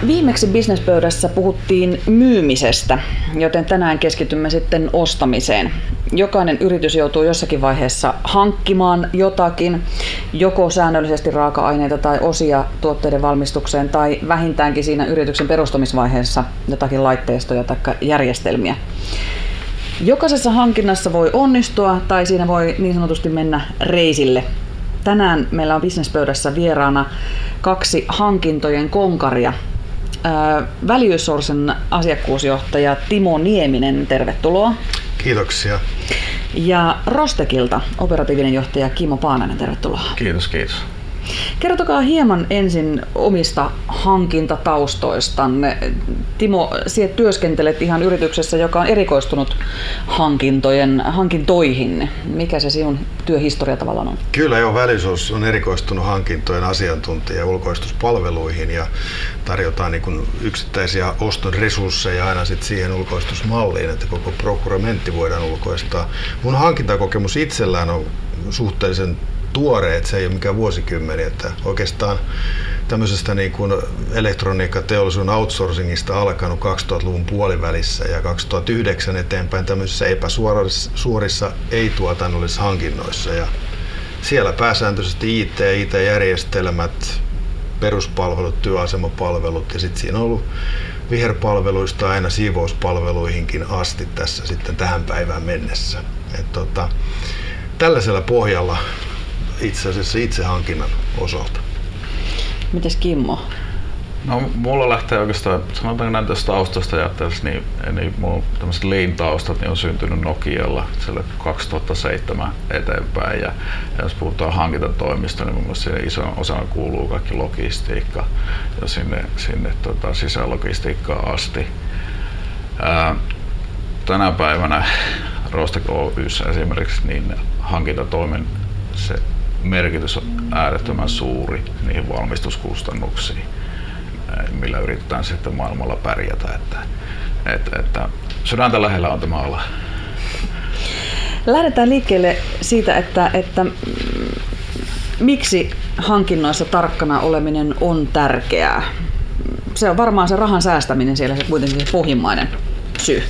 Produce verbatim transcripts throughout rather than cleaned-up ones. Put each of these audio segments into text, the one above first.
Viimeksi Businesspöydässä puhuttiin myymisestä, joten tänään keskitymme sitten ostamiseen. Jokainen yritys joutuu jossakin vaiheessa hankkimaan jotakin, joko säännöllisesti raaka-aineita tai osia tuotteiden valmistukseen tai vähintäänkin siinä yrityksen perustamisvaiheessa jotakin laitteistoja tai järjestelmiä. Jokaisessa hankinnassa voi onnistua tai siinä voi niin sanotusti mennä reisille. Tänään meillä on Businesspöydässä vieraana kaksi hankintojen konkaria. Value Sourcen asiakkuusjohtaja Timo Nieminen, tervetuloa. Kiitoksia. Ja Rostekilta operatiivinen johtaja Kimmo Paananen, tervetuloa. Kiitos, kiitos. Kertokaa hieman ensin omista hankintataustoistanne. Timo, sinä työskentelet ihan yrityksessä, joka on erikoistunut hankintojen, hankintoihin. Mikä se sinun työhistoria tavallaan on? Kyllä joo, Value Source on erikoistunut hankintojen asiantuntija- ja ulkoistuspalveluihin ja tarjotaan niin kuin yksittäisiä oston resursseja aina sit siihen ulkoistusmalliin, että koko prokuramentti voidaan ulkoistaa. Mun hankintakokemus itsellään on suhteellisen tuore, että se ei ole mikään vuosikymmeni, että oikeastaan tämmöisestä niin kuin elektroniikkateollisuuden outsourcingista alkanut kaksituhattaluvun puolivälissä ja kaksituhattayhdeksän eteenpäin tämmöisissä epäsuorissa ei-tuotannollisissa hankinnoissa. Ja siellä pääsääntöisesti I T, I T-järjestelmät, peruspalvelut, työasemapalvelut ja sitten siinä on ollut viherpalveluista aina siivouspalveluihinkin asti tässä sitten tähän päivään mennessä. Et tota, tällaisella pohjalla itse asiassa itsehankinnan osalta. Mites Kimmo? No mulla lähtee oikeastaan, sanotaanko näin tästä taustasta ajattelisi, niin, niin mun tämmöiset lean-taustat niin on syntynyt Nokialla siellä kaksituhattaseitsemän eteenpäin. Ja, ja jos puhutaan hankintatoimista, niin mun mielestä siihen ison osana kuuluu kaikki logistiikka ja sinne, sinne tota, sisälogistiikkaan asti. Ää, tänä päivänä Rostek Oy:ssä esimerkiksi niin hankintatoimen se merkitys on äärettömän suuri niihin valmistuskustannuksiin, millä yritetään sitten maailmalla pärjätä. Että, että, että sydäntä lähellä on tämä ala. Lähdetään liikkeelle siitä, että, että miksi hankinnoissa tarkkana oleminen on tärkeää. Se on varmaan se rahan säästäminen siellä se kuitenkin se pohjimmainen syy.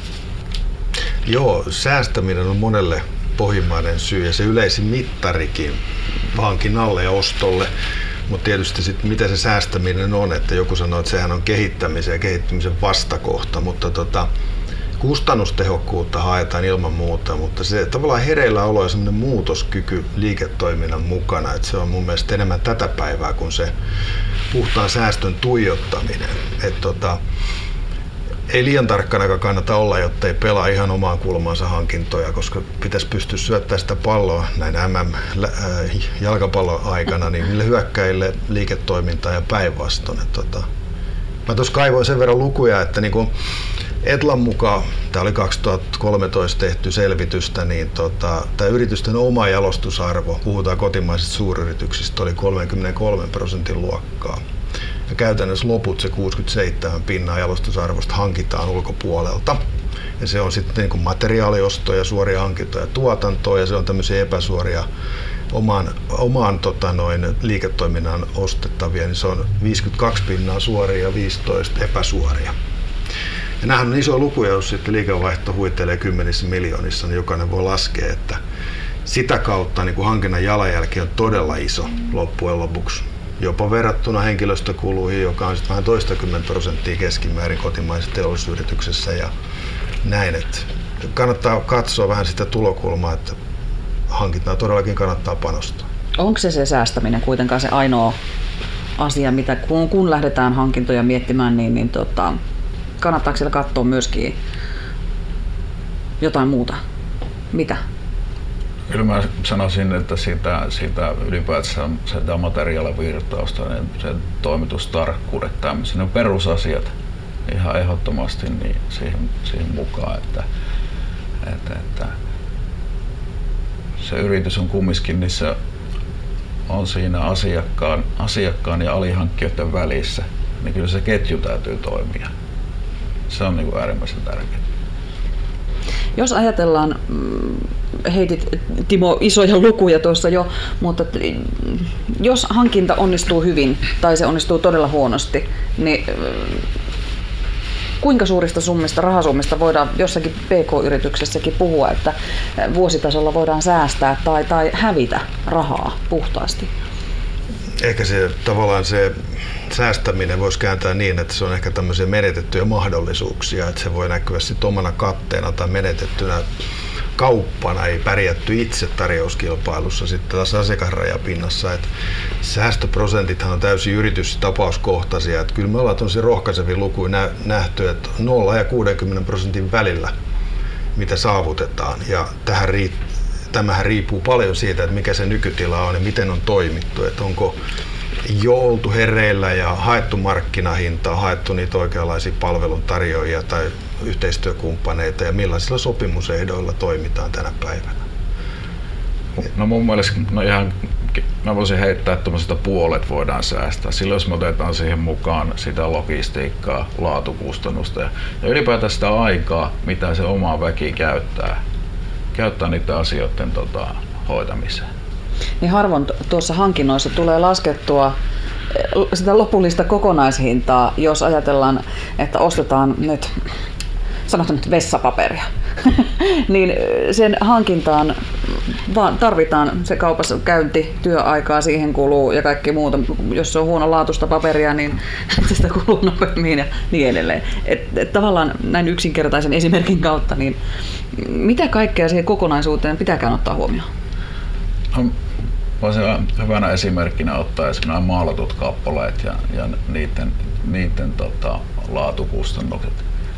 Joo, säästäminen on monelle pohjimmainen syy ja se yleisin mittarikin hankinnalle ja ostolle. Mutta tietysti sitten mitä se säästäminen on, että joku sanoo, että sehän on kehittämisen ja kehittymisen vastakohta, mutta tota, kustannustehokkuutta haetaan ilman muuta, mutta se tavallaan hereillä olo ja semmoinen muutoskyky liiketoiminnan mukana, että se on mun mielestä enemmän tätä päivää kuin se puhtaan säästön tuijottaminen. Et tota, ei liian tarkkana kannata olla, jotta ei pelaa ihan omaan kulmaansa hankintoja, koska pitäisi pystyä syöttämään sitä palloa näin M M-jalkapallon aikana niin niille hyökkäille liiketoimintaa ja päinvastoin. Tota, mä tuossa kaivoin sen verran lukuja, että niinku Etlan mukaan, tämä oli kaksituhattakolmetoista tehty selvitystä, niin tota, tämä yritysten oma jalostusarvo, puhutaan kotimaisista suuryrityksistä, oli kolmekymmentäkolme prosentin luokkaa. Ja käytännössä loput, se kuusikymmentäseitsemän pinnaa jalostusarvosta hankitaan ulkopuolelta. Ja se on sitten niin kuin materiaaliostoja, suoria hankintoja, tuotantoa ja se on tämmöisiä epäsuoria omaan, omaan tota noin, liiketoiminnan ostettavia, niin se on viisikymmentäkaksi pinnaa suoria ja viisitoista epäsuoria. Ja nämähän on isoja lukuja, jos sitten liikevaihto huitelee kymmenissä miljoonissa, niin jokainen voi laskea, että sitä kautta niin kuin hankinnan jalanjälki on todella iso loppujen lopuksi. Jopa verrattuna henkilöstökuluihin, joka on sitten vähän toistakymmentä prosenttia keskimäärin kotimaisessa teollisuusyrityksessä ja näin. Että kannattaa katsoa vähän sitä tulokulmaa, että hankintaa todellakin kannattaa panostaa. Onko se se säästäminen kuitenkaan se ainoa asia, mitä kun, kun lähdetään hankintoja miettimään, niin, niin tota, kannattaako siellä katsoa myöskin jotain muuta? Mitä? Kyllä mä sanoisin, että siitä, siitä ylipäätään sitä materiaalivirtausta, niin sen toimitustarkkuudet, tämmöiset ne perusasiat ihan ehdottomasti niin siihen, siihen mukaan, että, että, että se yritys on kumminkin, niin se on siinä asiakkaan, asiakkaan ja alihankkijoiden välissä, niin kyllä se ketju täytyy toimia. Se on niin kuin äärimmäisen tärkeää. Jos ajatellaan, heitit Timo isoja lukuja tuossa jo, mutta jos hankinta onnistuu hyvin tai se onnistuu todella huonosti, niin kuinka suurista summista, rahasummista voidaan jossakin P K-yrityksessäkin puhua, että vuositasolla voidaan säästää tai, tai hävitä rahaa puhtaasti? Ehkä se tavallaan se säästäminen voisi kääntää niin, että se on ehkä tämmöisiä menetettyjä mahdollisuuksia, että se voi näkyä sitten omana katteena tai menetettynä kauppana, ei pärjätty itse tarjouskilpailussa sitten taas asiakasrajapinnassa. Että säästöprosentithan on täysin yritys- ja tapauskohtaisia. Että kyllä me ollaan tosi rohkaisevia lukuja nähty, että nolla ja kuudenkymmenen prosentin välillä, mitä saavutetaan. Ja tähän riittää. Tämähän riippuu paljon siitä, että mikä se nykytila on ja miten on toimittu. Että onko jo oltu hereillä ja haettu markkinahintaa, haettu niitä oikeanlaisia palveluntarjoajia tai yhteistyökumppaneita ja millaisilla sopimusehdoilla toimitaan tänä päivänä. No mun mielestä no ihan, mä voisin heittää, että puolet voidaan säästää. Silloin jos me otetaan siihen mukaan sitä logistiikkaa, laatukustannusta ja, ja ylipäätään sitä aikaa, mitä se oma väki käyttää. käyttää niiden asioiden tota, hoitamiseen. Niin harvoin tuossa hankinnoissa tulee laskettua sitä lopullista kokonaishintaa, jos ajatellaan, että ostetaan nyt, sanotaan nyt vessapaperia, niin sen hankintaan vaan tarvitaan se kaupassa käynti, työaikaa siihen kuluu ja kaikki muuta. Jos se on huonolaatuista paperia, niin sitä kuluu nopeammin ja niin edelleen. Et, et tavallaan näin yksinkertaisen esimerkin kautta, niin mitä kaikkea siihen kokonaisuuteen pitääkään ottaa huomioon? No, voisin hyvänä esimerkkinä ottaa esimerkiksi maalatut kappaleet ja, ja niiden, niiden tota, laatukustannukset.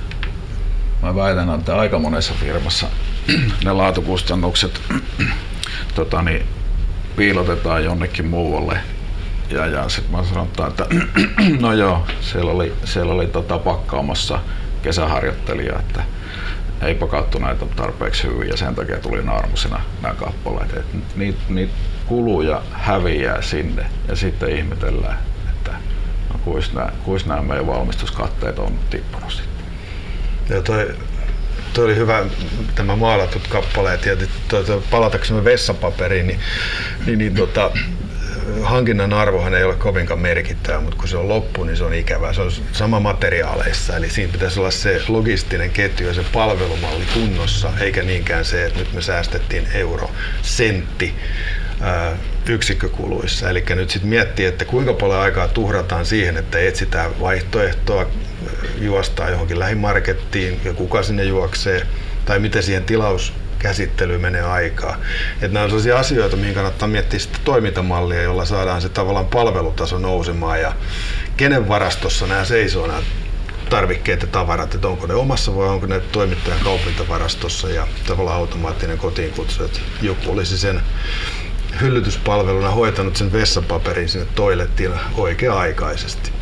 Mä väitän, että aika monessa firmassa ne laatukustannukset tota, niin, piilotetaan jonnekin muualle. Ja, ja sitten mä sanon, että no joo, siellä oli, siellä oli tota, pakkaamassa kesäharjoittelija, että ei pakattu näitä tarpeeksi hyvin ja sen takia tuli naarmusena nämä kappaleet. Et niitä niit kuluja häviää sinne ja sitten ihmetellään, että no, kuis nämä, kuis nämä meidän valmistuskatteet on tippunut sitten. Ja toi, toi oli hyvä, tämä maalatut kappaleet ja palataksemme vessapaperiin, niin, niin, niin tota, hankinnan arvohan ei ole kovinkaan merkittävä, mutta kun se on loppu, niin se on ikävää. Se on sama materiaaleissa, eli siinä pitäisi olla se logistinen ketju ja se palvelumalli kunnossa, eikä niinkään se, että nyt me säästettiin euro, sentti ää, yksikkökuluissa. Eli nyt sitten miettii, että kuinka paljon aikaa tuhrataan siihen, että etsitään vaihtoehtoa, juostaan johonkin lähimarkettiin ja kuka sinne juoksee, tai miten siihen tilaus käsittelyyn menee aikaa. Että nämä on sellaisia asioita, mihin kannattaa miettiä sitä toimintamallia, jolla saadaan se tavallaan palvelutaso nousemaan ja kenen varastossa nämä seisoo nämä tarvikkeet ja tavarat, että onko ne omassa vai onko ne toimittajan kaupintavarastossa ja tavallaan automaattinen kotiinkutsu, että joku olisi sen hyllytyspalveluna hoitanut sen vessapaperin sinne toilettiin oikea-aikaisesti.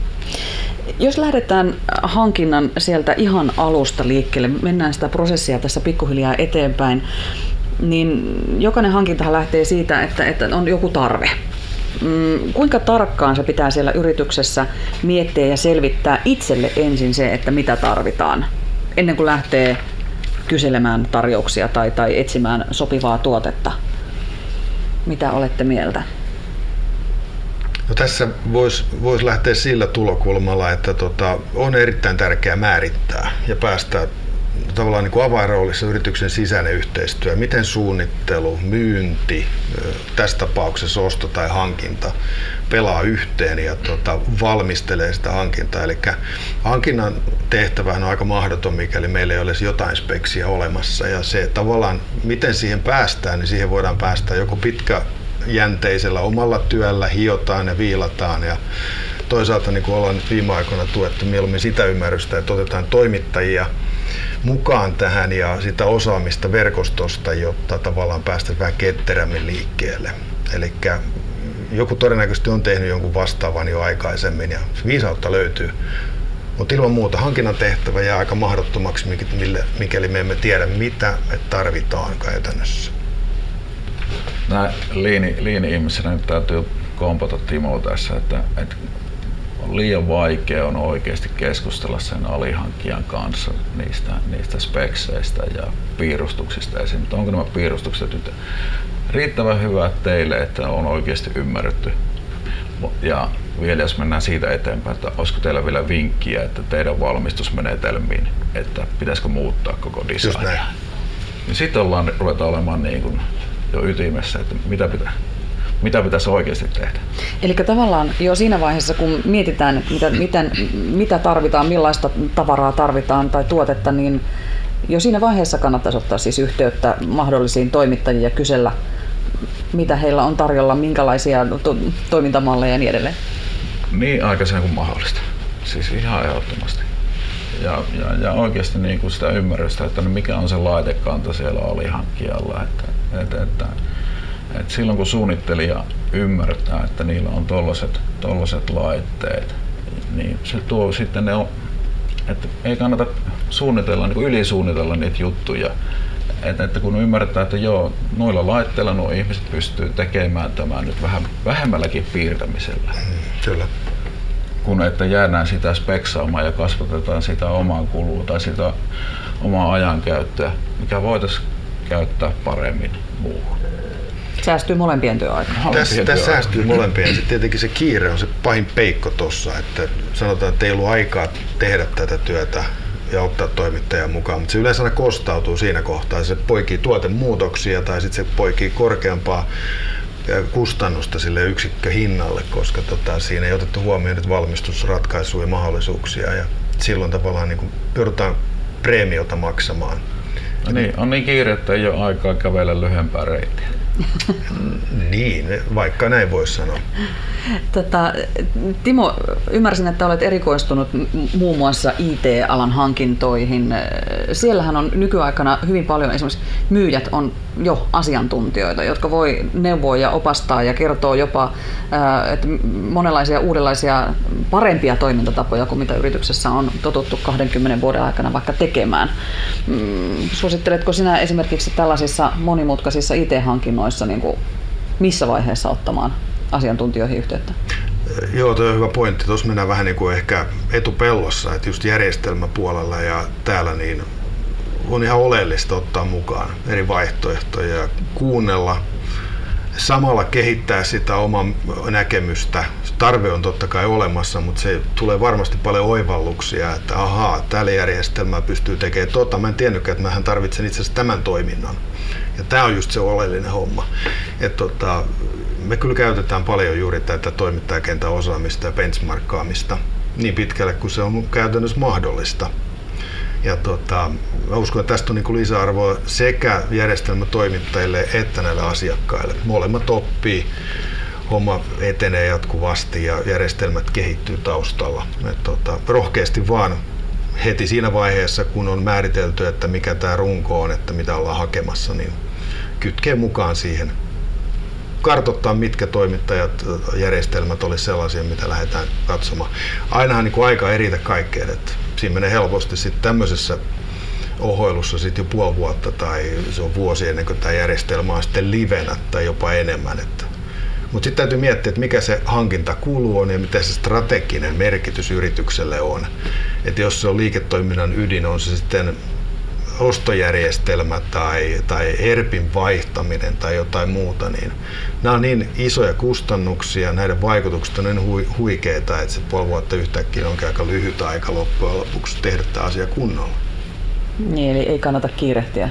Jos lähdetään hankinnan sieltä ihan alusta liikkeelle, mennään sitä prosessia tässä pikkuhiljaa eteenpäin, niin jokainen hankintahan lähtee siitä, että, että on joku tarve. Kuinka tarkkaan se pitää siellä yrityksessä miettiä ja selvittää itselle ensin se, että mitä tarvitaan, ennen kuin lähtee kyselemään tarjouksia tai, tai etsimään sopivaa tuotetta? Mitä olette mieltä? No tässä voisi vois lähteä sillä tulokulmalla, että tota, on erittäin tärkeää määrittää ja päästä tavallaan niin kuin avainroolissa yrityksen sisäinen yhteistyö. Miten suunnittelu, myynti, tässä tapauksessa osto tai hankinta pelaa yhteen ja tota, valmistelee sitä hankintaa. Eli hankinnan tehtävähän on aika mahdoton, mikäli meillä ei olisi jotain speksiä olemassa. Ja se tavallaan, miten siihen päästään, niin siihen voidaan päästä joko pitkä jänteisellä omalla työllä, hiotaan ja viilataan ja toisaalta niin kuin ollaan nyt viime aikoina tuettu mieluummin sitä ymmärrystä, että otetaan toimittajia mukaan tähän ja sitä osaamista verkostosta, jotta tavallaan päästään vähän ketterämmin liikkeelle. Eli joku todennäköisesti on tehnyt jonkun vastaavan jo aikaisemmin ja viisautta löytyy. Mutta ilman muuta hankinnan tehtävä jää aika mahdottomaksi, mikäli me emme tiedä, mitä me tarvitaan käytännössä. Näin liini, liini-ihmisenä nyt täytyy kompata Timoa tässä, että, että liian vaikea on oikeasti keskustella sen alihankkijan kanssa niistä, niistä spekseistä ja piirustuksista esiin. Mutta onko nämä piirustukset nyt riittävän hyvät teille, että on oikeasti ymmärretty? Ja vielä jos mennään siitä eteenpäin, että olisiko teillä vielä vinkkiä, että teidän valmistusmenetelmiin, että pitäisikö muuttaa koko designia? Niin sitten ollaan ruvetaan olemaan niin kuin jo ytimessä, että mitä pitää. Mitä pitäisi oikeasti tehdä? Eli tavallaan jo siinä vaiheessa, kun mietitään, että mitä, miten, mitä tarvitaan, millaista tavaraa tarvitaan tai tuotetta, niin jo siinä vaiheessa kannattaisi ottaa siis yhteyttä mahdollisiin toimittajiin ja kysellä, mitä heillä on tarjolla, minkälaisia to- toimintamalleja ja niin edelleen. Niin aikaisemmin kuin mahdollista. Siis ihan ehdottomasti. Ja, ja, ja oikeasti niin kuin sitä ymmärrystä, että mikä on se laitekanta siellä alihankkijalla. Että, että, että, Et silloin kun suunnittelija ymmärtää, että niillä on tollaset, tollaset laitteet, niin se tuo sitten ne on, että ei kannata suunnitella, niin kuin ylisuunnitella niitä juttuja. Että, että kun ymmärtää, että joo, noilla laitteilla nuo ihmiset pystyy tekemään tämän nyt vähän vähemmälläkin piirtämisellä. Kyllä. Kun että jäädään sitä speksaamaan ja kasvatetaan sitä omaa kulua tai sitä omaa ajankäyttöä, mikä voitaisiin käyttää paremmin muuhun. Säästyy molempien työaikaa. Tässä, tässä säästyy molempien. Sitten tietenkin se kiire on se pahin peikko tuossa, että sanotaan, että ei ollut aikaa tehdä tätä työtä ja ottaa toimittajaa mukaan, mutta se yleensä aina kostautuu siinä kohtaa. Se poikii tuotemuutoksia tai sitten se poikii korkeampaa kustannusta sille yksikköhinnalle, koska tota, siinä ei otettu huomioon nyt valmistusratkaisuja ja mahdollisuuksia ja silloin tavallaan niin joudutaan preemiota maksamaan. No niin, on niin kiire, että ei ole aikaa kävellä lyhyempää reittiä. Niin, vaikka näin voisi sanoa. Tota, Timo, ymmärsin, että olet erikoistunut muun muassa I T-alan hankintoihin. Siellähän on nykyaikana hyvin paljon, esimerkiksi myyjät on jo asiantuntijoita, jotka voi neuvoa ja opastaa ja kertoo jopa että monenlaisia uudenlaisia parempia toimintatapoja kuin mitä yrityksessä on totuttu kahdenkymmenen vuoden aikana vaikka tekemään. Suositteletko sinä esimerkiksi tällaisissa monimutkaisissa I T-hankinnoissa niin kuin missä vaiheessa ottamaan asiantuntijoihin yhteyttä? Joo, tuo on hyvä pointti. Tuossa mennään vähän niin kuin ehkä etupellossa, että just järjestelmäpuolella ja täällä niin on ihan oleellista ottaa mukaan eri vaihtoehtoja ja kuunnella, samalla kehittää sitä omaa näkemystä. Tarve on totta kai olemassa, mutta se tulee varmasti paljon oivalluksia, että ahaa, tällä järjestelmällä pystyy tekemään tota. Mä en tiennytkään, että mähän tarvitsen itse asiassa tämän toiminnan. Ja tämä on just se oleellinen homma. Et tota, me kyllä käytetään paljon juuri tätä toimittajakentän osaamista ja benchmarkkaamista niin pitkälle kuin se on käytännössä mahdollista. Ja tota, mä uskon, että tästä on niin kuin lisäarvoa sekä järjestelmätoimittajille että näille asiakkaille. Molemmat oppii, homma etenee jatkuvasti ja järjestelmät kehittyy taustalla. Et tota, rohkeasti vaan heti siinä vaiheessa, kun on määritelty, että mikä tämä runko on, että mitä ollaan hakemassa, niin kytkee mukaan siihen. Kartoittaa, mitkä toimittajat, järjestelmät olisi sellaisia, mitä lähdetään katsomaan. Ainahan niin kuin aika ei riitä kaikkeen. Että siinä menee helposti sitten tämmöisessä ohoilussa sit jo puoli vuotta tai se on vuosi ennen kuin tämä järjestelmä on sitten livenä tai jopa enemmän. Mutta sitten täytyy miettiä, että mikä se hankintakulu on ja mitä se strateginen merkitys yritykselle on. Et jos se on liiketoiminnan ydin, on se sitten ostojärjestelmä tai, tai E R Pin vaihtaminen tai jotain muuta, niin nämä on niin isoja kustannuksia, näiden vaikutukset on niin huikeita, että se puoli vuotta yhtäkkiä onkin aika lyhyt aika loppujen lopuksi tehdä tämä asia kunnolla. Niin, eli ei kannata kiirehtiä.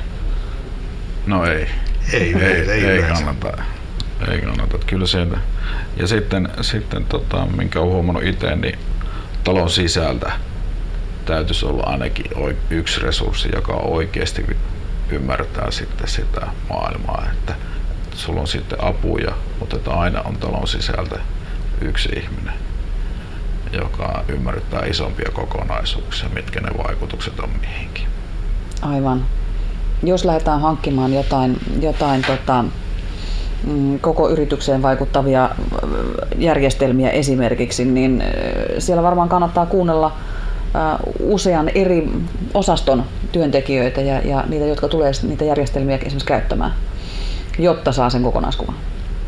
No ei. Ei, ei, ei, ei, ei kannata. Ei kannata. Kyllä sieltä. Ja sitten, sitten tota, minkä olen huomannut itse, niin talon sisältä täytyisi olla ainakin yksi resurssi, joka oikeasti ymmärtää sitten sitä maailmaa, että sulla on sitten apuja, mutta että aina on talon sisältä yksi ihminen, joka ymmärtää isompia kokonaisuuksia, mitkä ne vaikutukset on mihinkin. Aivan. Jos lähdetään hankkimaan jotain, jotain tota, koko yritykseen vaikuttavia järjestelmiä esimerkiksi, niin siellä varmaan kannattaa kuunnella usean eri osaston työntekijöitä ja, ja niitä, jotka tulee niitä järjestelmiä esimerkiksi käyttämään, jotta saa sen kokonaiskuvan.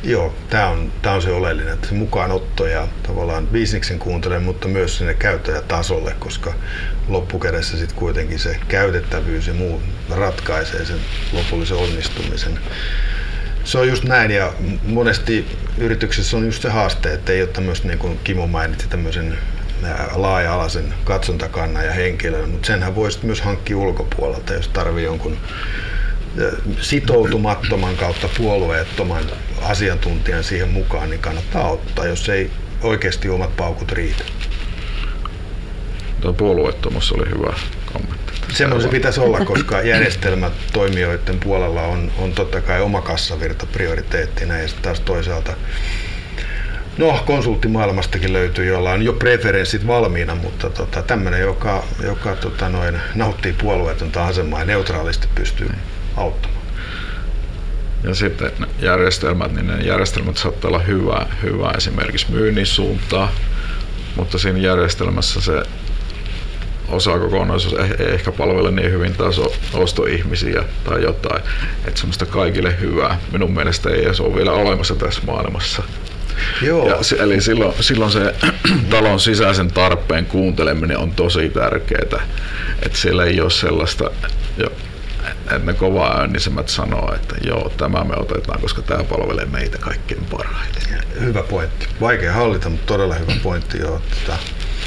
Joo, tämä on, tämä on se oleellinen, että se mukaanotto ja tavallaan bisneksen kuuntele, mutta myös sinne käyttäjätasolle, koska loppukädessä sitten kuitenkin se käytettävyys ja muu ratkaisee sen lopullisen onnistumisen. Se on just näin, ja monesti yrityksessä on just se haaste, että ei ole tämmöistä, niin kuin Kimo mainitsi, tämmöisen laaja-alaisen katsontakannan ja henkilön, mutta senhän voisi myös hankkia ulkopuolelta, jos tarvii jonkun sitoutumattoman kautta puolueettoman asiantuntijan siihen mukaan, niin kannattaa ottaa, jos ei oikeasti omat paukut riitä. Tuo puolueettomuus oli hyvä kommentti. Semmoinen se pitäisi olla, koska järjestelmätoimijoiden puolella on, on totta kai oma kassavirta prioriteettina, ja taas toisaalta no, konsulttimaailmastakin löytyy, jolla on jo preferenssit valmiina, mutta tota, tämmöinen, joka, joka tota, noin, nauttii puolueetonta asemaa ja neutraalisti pystyy auttamaan. Ja sitten järjestelmät, niin ne järjestelmät saattaa olla hyvä, hyvä esimerkiksi myynnin suuntaan, mutta siinä järjestelmässä se osakokonaisuus ei ehkä palvele niin hyvin taas ostoihmisiä tai jotain, että semmoista kaikille hyvää minun mielestä ei edes ole vielä olemassa tässä maailmassa. Joo. Ja, eli silloin, silloin se talon sisäisen tarpeen kuunteleminen on tosi tärkeää, että siellä ei ole sellaista, että ne kova-äänisemmät sanoo, että joo, tämä me otetaan, koska tämä palvelee meitä kaikkein parhaiten. Hyvä pointti. Vaikea hallita, mutta todella hyvä pointti. Joo. Tota,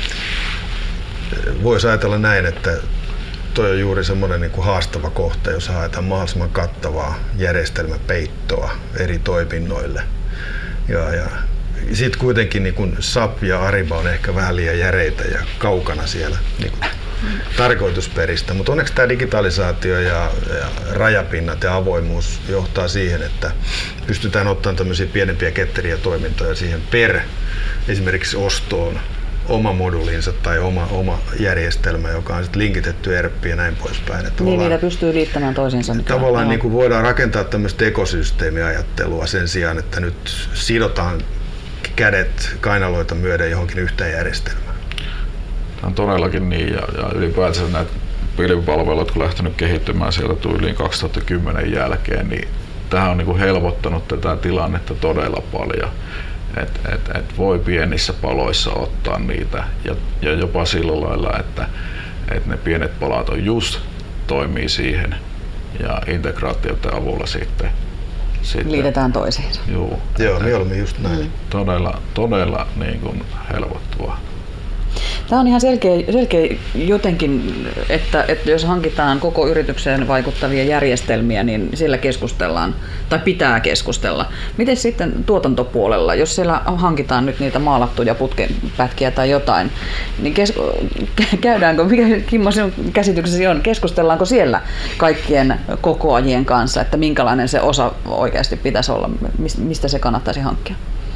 voisi ajatella näin, että toi on juuri semmoinen niin kuin haastava kohta, jos haetaan mahdollisimman kattavaa järjestelmäpeittoa eri toiminnoille. Ja, ja sitten kuitenkin niin kun S A P ja Ariba on ehkä vähän liian järeitä ja kaukana siellä niin kun tarkoitusperistä, mutta onneksi tämä digitalisaatio ja, ja rajapinnat ja avoimuus johtaa siihen, että pystytään ottamaan tämmöisiä pienempiä ketteriä toimintoja siihen per esimerkiksi ostoon oma moduulinsa tai oma, oma järjestelmä, joka on sitten linkitetty E R P:iin ja näin poispäin. Että niin, niitä pystyy liittämään toisiinsa. Tavallaan niin kuin voidaan rakentaa tämmöistä ekosysteemiajattelua sen sijaan, että nyt sidotaan kädet kainaloita myöden johonkin yhteen järjestelmään. Tämä on todellakin niin, ja, ja ylipäätään näitä pilvipalveluita, kun lähtenyt kehittymään sieltä tyyliin kaksituhattakymmenen jälkeen, niin tähän on niin kuin helpottanut tätä tilannetta todella paljon. Että et, et voi pienissä paloissa ottaa niitä ja, ja jopa sillä lailla, että et ne pienet palat on just toimii siihen ja integraatioiden avulla sitten, sitten liitetään toisiinsa. Juu, Joo, mieluummin just näin. Mm. Todella, todella niin kuin helpottavaa. Tämä on ihan selkeä, selkeä jotenkin, että, että jos hankitaan koko yritykseen vaikuttavia järjestelmiä, niin siellä keskustellaan tai pitää keskustella. Miten sitten tuotantopuolella, jos siellä hankitaan nyt niitä maalattuja putkenpätkiä tai jotain, niin kesko, käydäänkö, mikä Kimmo sinun käsityksesi on, keskustellaanko siellä kaikkien kokoajien kanssa, että minkälainen se osa oikeasti pitäisi olla, mistä se kannattaisi hankkia?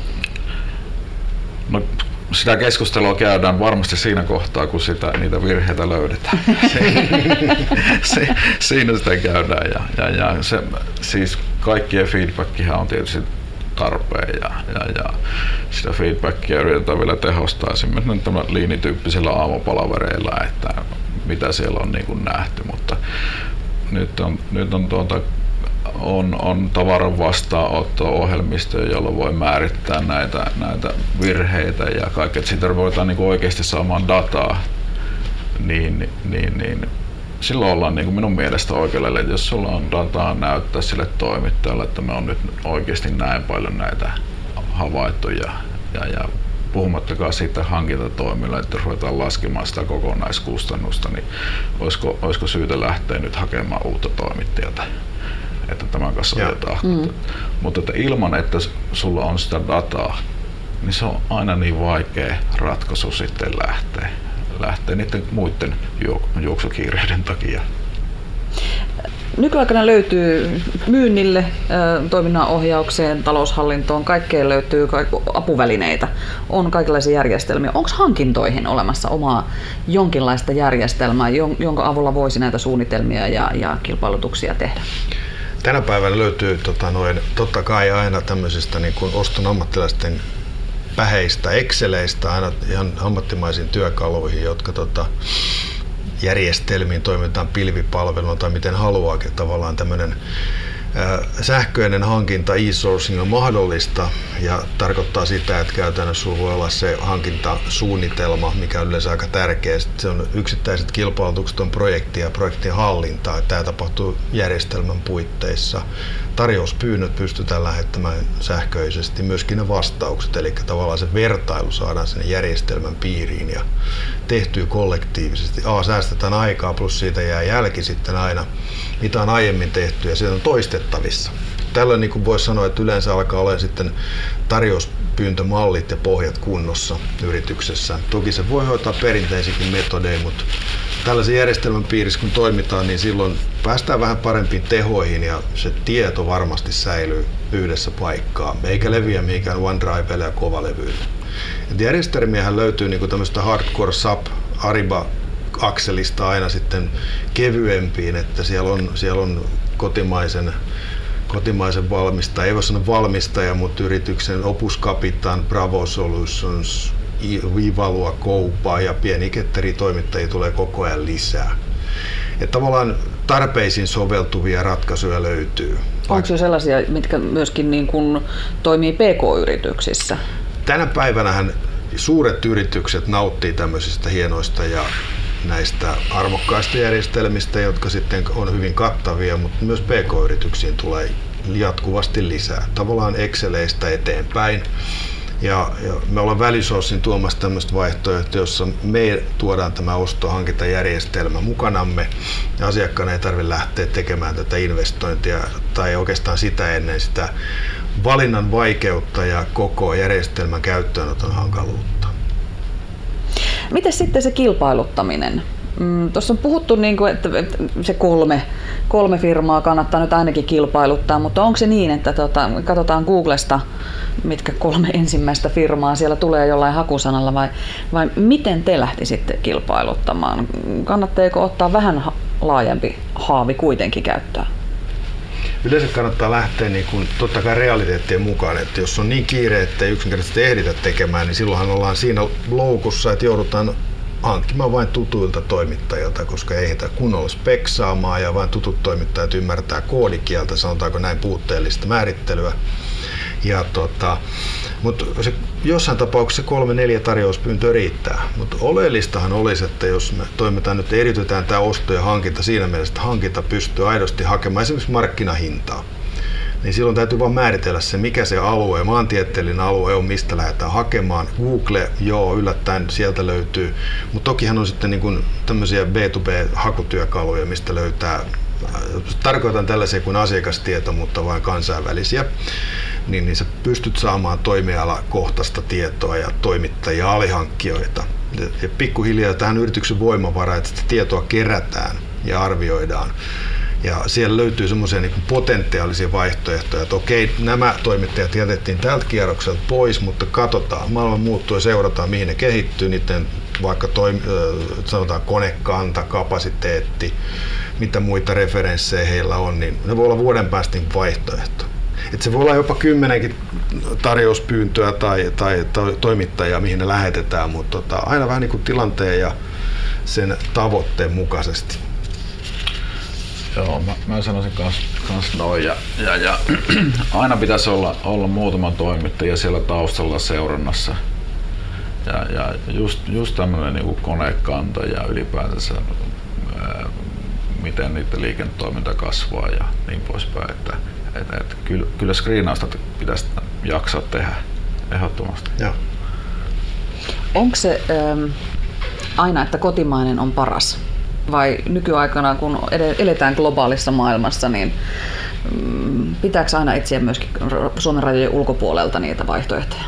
No, sitä keskustelua käydään varmasti siinä kohtaa, kun sitä, niitä virheitä löydetään. se, siinä sitä käydään. Ja, ja, ja se, siis kaikkien feedbackihan on tietysti tarpeen ja, ja, ja sitä feedbackia yritetään vielä tehostaa esimerkiksi liinityyppisillä aamupalavereilla, että mitä siellä on niin kuin nähty. Mutta nyt on, nyt on tuota, On, on tavaran vastaanotto-ohjelmistoja, jolla voi määrittää näitä, näitä virheitä ja kaikkea. Siitä voidaan niin oikeasti saamaan dataa, niin, niin, niin silloin ollaan niin minun mielestä oikealle, että jos sulla on dataa näyttää sille toimittajalle, että me on nyt oikeasti näin paljon näitä havaittuja ja, ja puhumattakaan siitä hankintatoimilla, että jos ruvetaan laskemaan sitä kokonaiskustannusta, niin olisiko, olisiko syytä lähteä nyt hakemaan uutta toimittajaa, että tämän kanssa otetaan. Mm. Mutta että ilman, että sulla on sitä dataa, niin se on aina niin vaikea ratkaisu sitten lähteä, lähteä niiden muiden juoksukiireiden takia. Nykyaikana löytyy myynnille, toiminnan ohjaukseen, taloushallintoon, kaikkeen löytyy apuvälineitä, on kaikenlaisia järjestelmiä. Onko hankintoihin olemassa omaa jonkinlaista järjestelmää, jonka avulla voisi näitä suunnitelmia ja, ja kilpailutuksia tehdä? Tänä päivänä löytyy tota, noin, totta kai aina tämmöisistä niin kuin oston ammattilaisten päheistä, exceleistä aina ihan ammattimaisiin työkaluihin, jotka tota, järjestelmiin toimitaan pilvipalveluna tai miten haluaakin tavallaan tämmöinen Sähköinen hankinta e-sourcing on mahdollista ja tarkoittaa sitä, että käytännössä sulla voi olla se hankintasuunnitelma, mikä on yleensä aika tärkeä. Sitten se on yksittäiset kilpailutukset on projektia ja projektin hallintaa. Tämä tapahtuu järjestelmän puitteissa. Tarjouspyynnöt pystytään lähettämään sähköisesti, myöskin ne vastaukset, eli tavallaan se vertailu saadaan sinne järjestelmän piiriin ja tehtyy kollektiivisesti. A, säästetään aikaa, plus siitä jää jälki sitten aina, mitä on aiemmin tehty ja se on toistettavissa. Tällöin niin kuin voisi sanoa, että yleensä alkaa olla sitten tarjouspyyntömallit ja pohjat kunnossa yrityksessä. Toki se voi hoitaa perinteisikin metodeja, mutta tällaisen järjestelmän piirissä kun toimitaan, niin silloin päästään vähän parempiin tehoihin ja se tieto varmasti säilyy yhdessä paikkaa, eikä leviä mihinkään OneDrivelle ja kovalevyille. Järjestelmiähän löytyy niin kuin tämmöistä hardcore sub Ariba akselista aina sitten kevyempiin, että siellä on, siellä on kotimaisen, kotimaisen valmistaja, ei voi sanoa valmistaja, mutta yrityksen Opus Capitan, Bravo Solutions, Vivalua, Koupa ja pieni ketteritoimittajia tulee koko ajan lisää. Että tavallaan tarpeisiin soveltuvia ratkaisuja löytyy. Onko se sellaisia, mitkä myöskin niin kuin toimii P K-yrityksissä? Tänä päivänähän suuret yritykset nauttii tämmöisistä hienoista ja näistä arvokkaista järjestelmistä, jotka sitten on hyvin kattavia, mutta myös P K-yrityksiin tulee jatkuvasti lisää. Tavallaan Exceleistä eteenpäin. Ja, ja me ollaan Välisourcin tuomassa tämmöistä vaihtoehtoa, jossa me tuodaan tämä ostohankintajärjestelmä mukanamme ja asiakkaan ei tarvitse lähteä tekemään tätä investointia tai oikeastaan sitä ennen sitä valinnan vaikeutta ja koko järjestelmän käyttöönoton hankaluutta. Miten sitten se kilpailuttaminen? Mm, tuossa on puhuttu, niin kuin, että, että se kolme, kolme firmaa kannattaa nyt ainakin kilpailuttaa, mutta onko se niin, että tota, katsotaan Googlesta, mitkä kolme ensimmäistä firmaa siellä tulee jollain hakusanalla, vai, vai miten te lähtisitte kilpailuttamaan? Kannattaako ottaa vähän laajempi haavi kuitenkin käyttöön? Yleensä kannattaa lähteä niin kuin, totta kai realiteettien mukaan, että jos on niin kiire, että ei yksinkertaisesti ehditä tekemään, niin silloinhan ollaan siinä loukussa, että joudutaan hankkimaan vain tutuilta toimittajilta, koska ei heitä kunnolla speksaamaan ja vain tutut toimittajat ymmärtää koodikieltä, sanotaanko näin puutteellista määrittelyä. Ja tota, mutta se, jossain tapauksessa kolme neljä tarjouspyyntöä riittää. Mutta oleellistahan olisi, että jos me toimitaan nyt, eriytetään tämä osto ja hankinta siinä mielessä, että hankinta pystyy aidosti hakemaan esimerkiksi markkinahintaa, niin silloin täytyy vaan määritellä se, mikä se alue, maantieteellinen alue on, mistä lähdetään hakemaan. Google, joo, yllättäen sieltä löytyy, mutta tokihan on sitten niin kuin tämmöisiä B to B-hakutyökaluja, mistä löytää, tarkoitan tällaisia kuin asiakastieto, mutta vain kansainvälisiä, niin, niin sä pystyt saamaan toimialakohtaista tietoa ja toimittajia, alihankkijoita. Ja, ja pikkuhiljaa tähän yrityksen voimavara, että sitä tietoa kerätään ja arvioidaan. Ja siellä löytyy semmoisia niin kuin potentiaalisia vaihtoehtoja, että okei, nämä toimittajat jätettiin tältä kierrokselta pois, mutta katsotaan, maailma muuttuu ja seurataan, mihin ne kehittyy, niiden vaikka toim- sanotaan konekanta, kapasiteetti, mitä muita referenssejä heillä on, niin ne voi olla vuoden päästä niin vaihtoehto. Et se voi olla jopa kymmenenkin tarjouspyyntöä tai, tai, tai toimittajaa, mihin ne lähetetään, mutta tota, aina vähän niin kuin tilanteen ja sen tavoitteen mukaisesti. Joo, mä, mä sanoisin kans, kans noin ja, ja, ja aina pitäisi olla, olla muutama toimittaja siellä taustalla seurannassa. Ja, ja just, just tämmöinen niin kuin konekanta ja ylipäätänsä ää, miten niiden liiketoiminta kasvaa ja niin poispäin. Että, että, että kyllä, kyllä screenausta pitäisi jaksaa tehdä ehdottomasti. Joo. Onko se ähm, aina, että kotimainen on paras? Vai nykyaikana, kun eletään globaalissa maailmassa, niin pitääkö aina etsiä myöskin Suomen rajojen ulkopuolelta niitä vaihtoehtoja?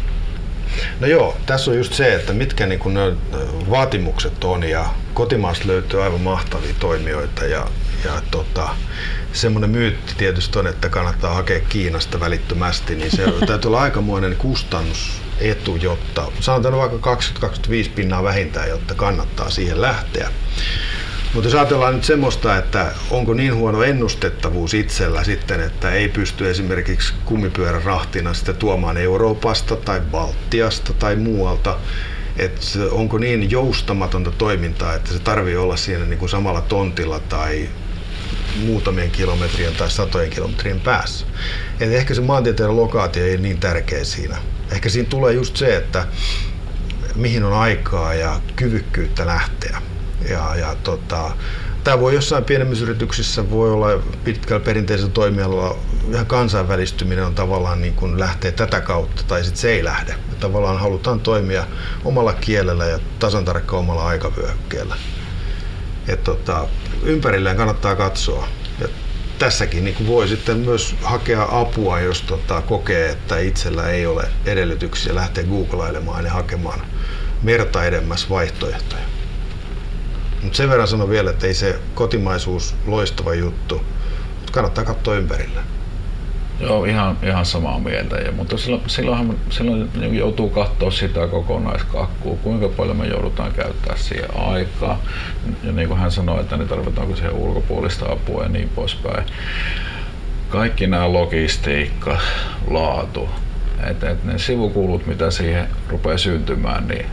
No joo, tässä on just se, että mitkä niin kun ne vaatimukset on ja kotimaasta löytyy aivan mahtavia toimijoita ja, ja tota, semmoinen myytti tietysti on, että kannattaa hakea Kiinasta välittömästi, niin se täytyy olla aikamoinen kustannusetu, jotta sanotaan vaikka kaksikymmentä kaksikymmentäviisi pinnaa vähintään, jotta kannattaa siihen lähteä. Mutta jos ajatellaan nyt semmoista, että onko niin huono ennustettavuus itsellä sitten, että ei pysty esimerkiksi kumipyörän rahtina sitä tuomaan Euroopasta tai Baltiasta tai muualta, että onko niin joustamatonta toimintaa, että se tarvii olla siinä niin kuin samalla tontilla tai muutamien kilometrien tai satojen kilometrien päässä. Et ehkä se maantieteellinen lokaatio ei niin tärkeä siinä. Ehkä siinä tulee just se, että mihin on aikaa ja kyvykkyyttä lähteä. Ja, ja tota, tämä voi jossain pienemmissä yrityksissä voi olla pitkällä perinteisellä toimialalla ihan kansainvälistyminen on tavallaan niin kuin lähtee tätä kautta tai sitten se ei lähde. Ja tavallaan halutaan toimia omalla kielellä ja tasan tarkkaan omalla aikavyöhykkeellä. Et tota, ympärilleen kannattaa katsoa. Ja tässäkin niin kuin voi sitten myös hakea apua, jos tota, kokee, että itsellä ei ole edellytyksiä lähteä googlailemaan ja hakemaan merta edemmäs vaihtoehtoja. Mutta sen verran sanon vielä, että ei se kotimaisuus loistava juttu, mutta kannattaa katsoa ympärillä. Joo, ihan, ihan samaa mieltä. Ja, mutta silloin, silloinhan, silloin joutuu katsoa sitä kokonaiskakkua, kuinka paljon me joudutaan käyttää siihen aikaa. Ja niin kuin hän sanoi, että ne tarvitaanko siihen ulkopuolista apua ja niin poispäin. Kaikki nämä logistiikka, laatu, että et ne sivukulut, mitä siihen rupeaa syntymään, niin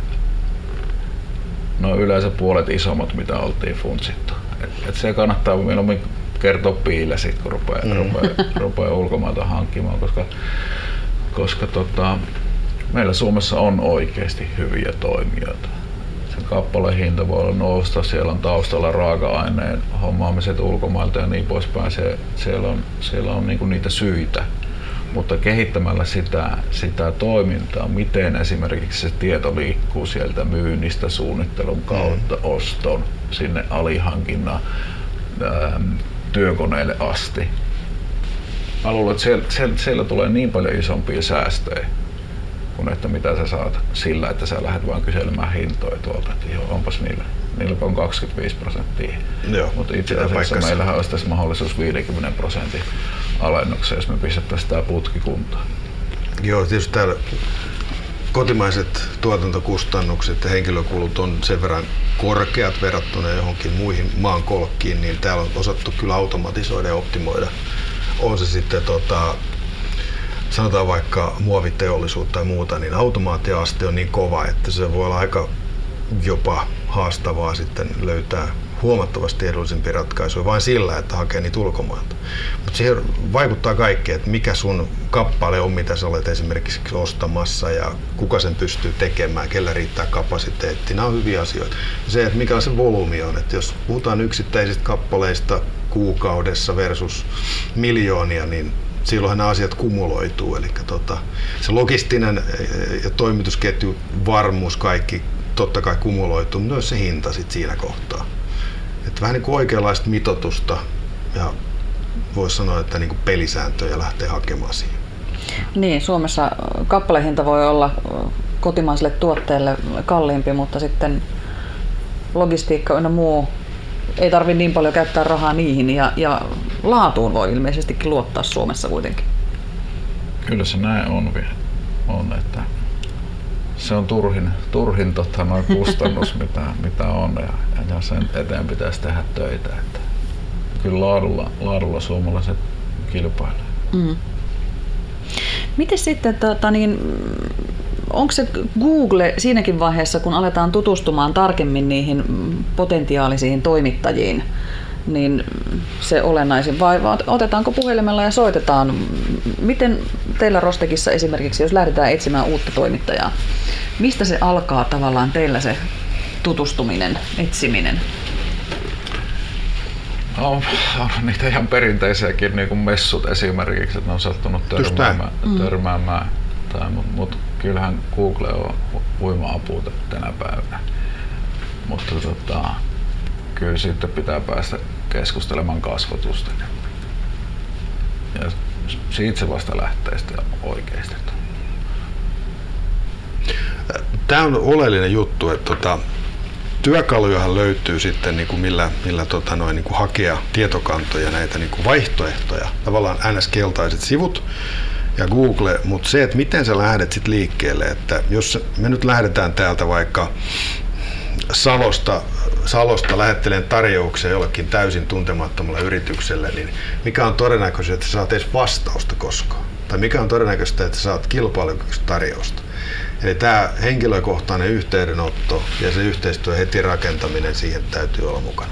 ne on yleensä puolet isommat, mitä oltiin funtsittu. Et, et se kannattaa mieluummin kertoa piille sit, kun rupeaa, mm. rupeaa, rupeaa ulkomailta hankkimaan, koska, koska tota, meillä Suomessa on oikeasti hyviä toimijoita. Sen kappaleen hinta voi olla nousta, siellä on taustalla raaka-aineen hommaamiset ulkomailta ja niin poispäin. Se, siellä on, siellä on niinku niitä syitä. Mutta kehittämällä sitä, sitä toimintaa, miten esimerkiksi se tieto liikkuu sieltä myynnistä, suunnittelun kautta, mm. oston, sinne alihankinnan, ähm, työkoneille asti. Mä luulen, että siellä, siellä, siellä tulee niin paljon isompia säästöjä, kuin että mitä sä saat sillä, että sä lähdet vaan kyselemään hintoja tuolta, että joo, onpas niillä. Niillä on kaksikymmentäviisi prosenttia, mutta itse asiassa meillähän olisi tässä mahdollisuus viisikymmentä prosentin alennukseen, jos me pistettäisiin tämä putki kuntoon. Joo, tietysti täällä kotimaiset tuotantokustannukset ja henkilökulut on sen verran korkeat verrattuna johonkin muihin maankolkkiin, niin täällä on osattu kyllä automatisoida ja optimoida. On se sitten tota, sanotaan vaikka muoviteollisuutta tai muuta, niin automaattiaste on niin kova, että se voi olla aika jopa haastavaa sitten löytää huomattavasti edullisempia ratkaisuja vain sillä, että hakee niitä ulkomailta. Mutta siihen vaikuttaa kaikki, että mikä sun kappale on, mitä sä olet esimerkiksi ostamassa ja kuka sen pystyy tekemään, kellä riittää kapasiteetti. Nämä on hyviä asioita. Ja se, että mikä se volyymi on, että jos puhutaan yksittäisistä kappaleista kuukaudessa versus miljoonia, niin silloinhan nämä asiat kumuloituu. Eli tota, se logistinen ja toimitusketju varmuus kaikki totta kai kumuloituu, mutta myös se hinta sit siinä kohtaa. Et vähän niin kuin oikeanlaista mitoitusta ja voisi sanoa, että niin kuin pelisääntöjä lähtee hakemaan siihen. Niin, Suomessa kappalehinta voi olla kotimaiselle tuotteelle kalliimpi, mutta sitten logistiikka ynnä muu ei tarvitse niin paljon käyttää rahaa niihin ja, ja laatuun voi ilmeisestikin luottaa Suomessa kuitenkin. Kyllä se näin on vielä. On, että se on turhin, turhin tota, noin kustannus, mitä, mitä on, ja, ja sen eteen pitäisi tehdä töitä. Että kyllä laadulla, laadulla suomalaiset kilpailee. Mm. Miten sitten, tota, niin, onko se Google siinäkin vaiheessa, kun aletaan tutustumaan tarkemmin niihin potentiaalisiin toimittajiin, niin se olennaisin, vai otetaanko puhelimella ja soitetaan? Miten teillä Rostekissa esimerkiksi, jos lähdetään etsimään uutta toimittajaa, mistä se alkaa tavallaan teillä se tutustuminen, etsiminen? No, on niitä ihan perinteisiäkin niin kuin messut esimerkiksi, että ne on sattunut törmäämään, törmäämään mutta mut, kyllähän Google on huima apu tänä päivänä. Mutta tota, kyllä sitten pitää päästä keskustelemaan kasvotusten. Ja siitä se vasta lähtee sitten oikeasti. Tämä on oleellinen juttu, että tota, työkalujahan löytyy sitten niin kuin millä, millä tota noin, niin kuin hakea tietokantoja, näitä niin kuin vaihtoehtoja. Tavallaan ns. Keltaiset sivut ja Google, mutta se, että miten sä lähdet sit liikkeelle, että jos me nyt lähdetään täältä vaikka Salosta, Salosta lähetteleen tarjouksia jollekin täysin tuntemattomalle yritykselle, niin mikä on todennäköistä, että sä saat edes vastausta koskaan? Tai mikä on todennäköistä, että sä saat kilpailukykyistä tarjousta? Eli tämä henkilökohtainen yhteydenotto ja se yhteistyö heti rakentaminen siihen täytyy olla mukana.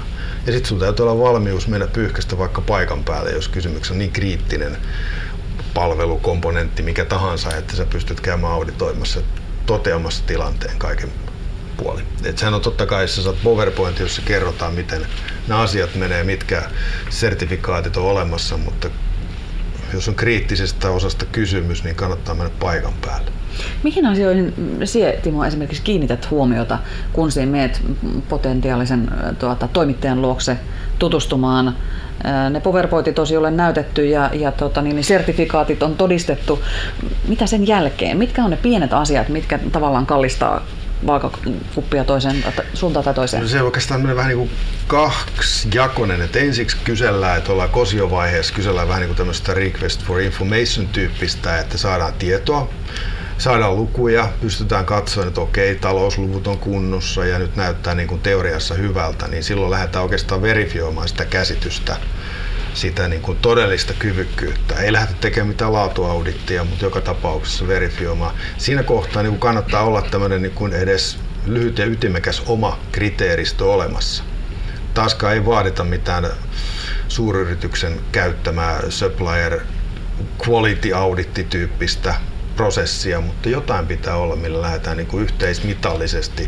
Ja sitten sun täytyy olla valmius mennä pyyhkästä vaikka paikan päälle, jos kysymyksessä on niin kriittinen palvelukomponentti, mikä tahansa, että sä pystyt käymään auditoimassa, toteamassa tilanteen kaiken puolin. Et sehän on totta kai, jos sä saat PowerPoint, jossa kerrotaan, miten nämä asiat menee, mitkä sertifikaatit on olemassa, mutta jos on kriittisestä osasta kysymys, niin kannattaa mennä paikan päälle. Mihin asioihin sinä, Timo, esimerkiksi kiinnität huomiota, kun sinä menet potentiaalisen tuota, toimittajan luokse tutustumaan? Ne PowerPointit on jo näytetty ja, ja tota, niin, sertifikaatit on todistettu. Mitä sen jälkeen? Mitkä on ne pienet asiat, mitkä tavallaan kallistaa vaakakuppia toisen suuntaan tai toiseen? No se oikeastaan menee vähän niin kuin kaksijakoinen, että ensiksi kysellään, että ollaan kosiovaiheessa, kysellään vähän niin kuin tämmöistä request for information tyyppistä, että saadaan tietoa, saadaan lukuja, pystytään katsomaan, että okei, talousluvut on kunnossa ja nyt näyttää niin kuin teoriassa hyvältä, niin silloin lähdetään oikeastaan verifioimaan sitä käsitystä, sitä niin kuin todellista kyvykkyyttä. Ei lähdetä tekemään mitään laatuaudittia, mutta joka tapauksessa verifioimaan. Siinä kohtaa niin kuin kannattaa olla tämmöinen niin kuin edes lyhyt ja ytimekäs oma kriteeristö olemassa. Taaskaan ei vaadita mitään suuryrityksen käyttämää supplier quality audit-tyyppistä prosessia, mutta jotain pitää olla, millä lähdetään niin kuin yhteismitallisesti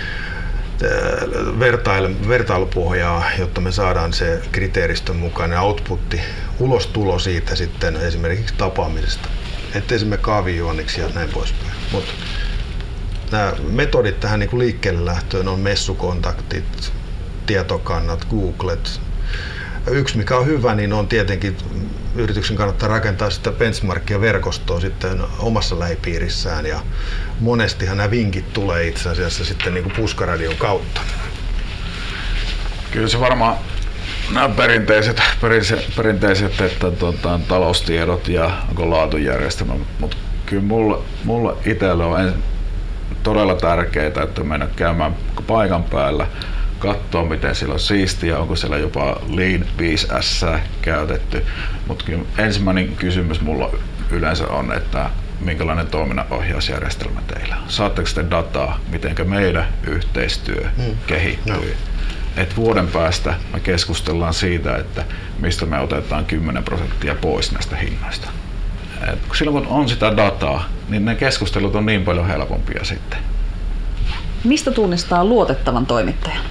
vertailupohjaa, jotta me saadaan se kriteeristön mukainen outputti, ulostulo siitä sitten esimerkiksi tapaamisesta, ettei se me kaavijuoniksi ja näin poispäin. Mutta nämä metodit tähän niin kuin liikkeelle lähtöön on messukontaktit, tietokannat, Googlet. Yksi mikä on hyvä, niin on tietenkin yrityksen kannattaa rakentaa sitä benchmarkia verkostoa sitten omassa lähipiirissään ja monestihan nämä vinkit tulee itse asiassa sitten niin kuin puskaradion kautta. Kyllä se varmaan nämä perinteiset, perinteiset että tuota, taloustiedot ja onko laatujärjestelmä, mutta kyllä mulle, mulle itselle on todella tärkeää, että mennä käymään paikan päällä, katsoa miten siellä on siistiä, onko siellä jopa Lean viisi S käytetty. Mutta ensimmäinen kysymys mulla yleensä on, että minkälainen toiminnanohjausjärjestelmä teillä on. Saatteko te dataa, miten meidän yhteistyö hmm. kehittyy? No. Et vuoden päästä me keskustellaan siitä, että mistä me otetaan kymmenen prosenttia pois näistä hinnoista. Et silloin kun on sitä dataa, niin ne keskustelut on niin paljon helpompia sitten. Mistä tunnistaa luotettavan toimittajan?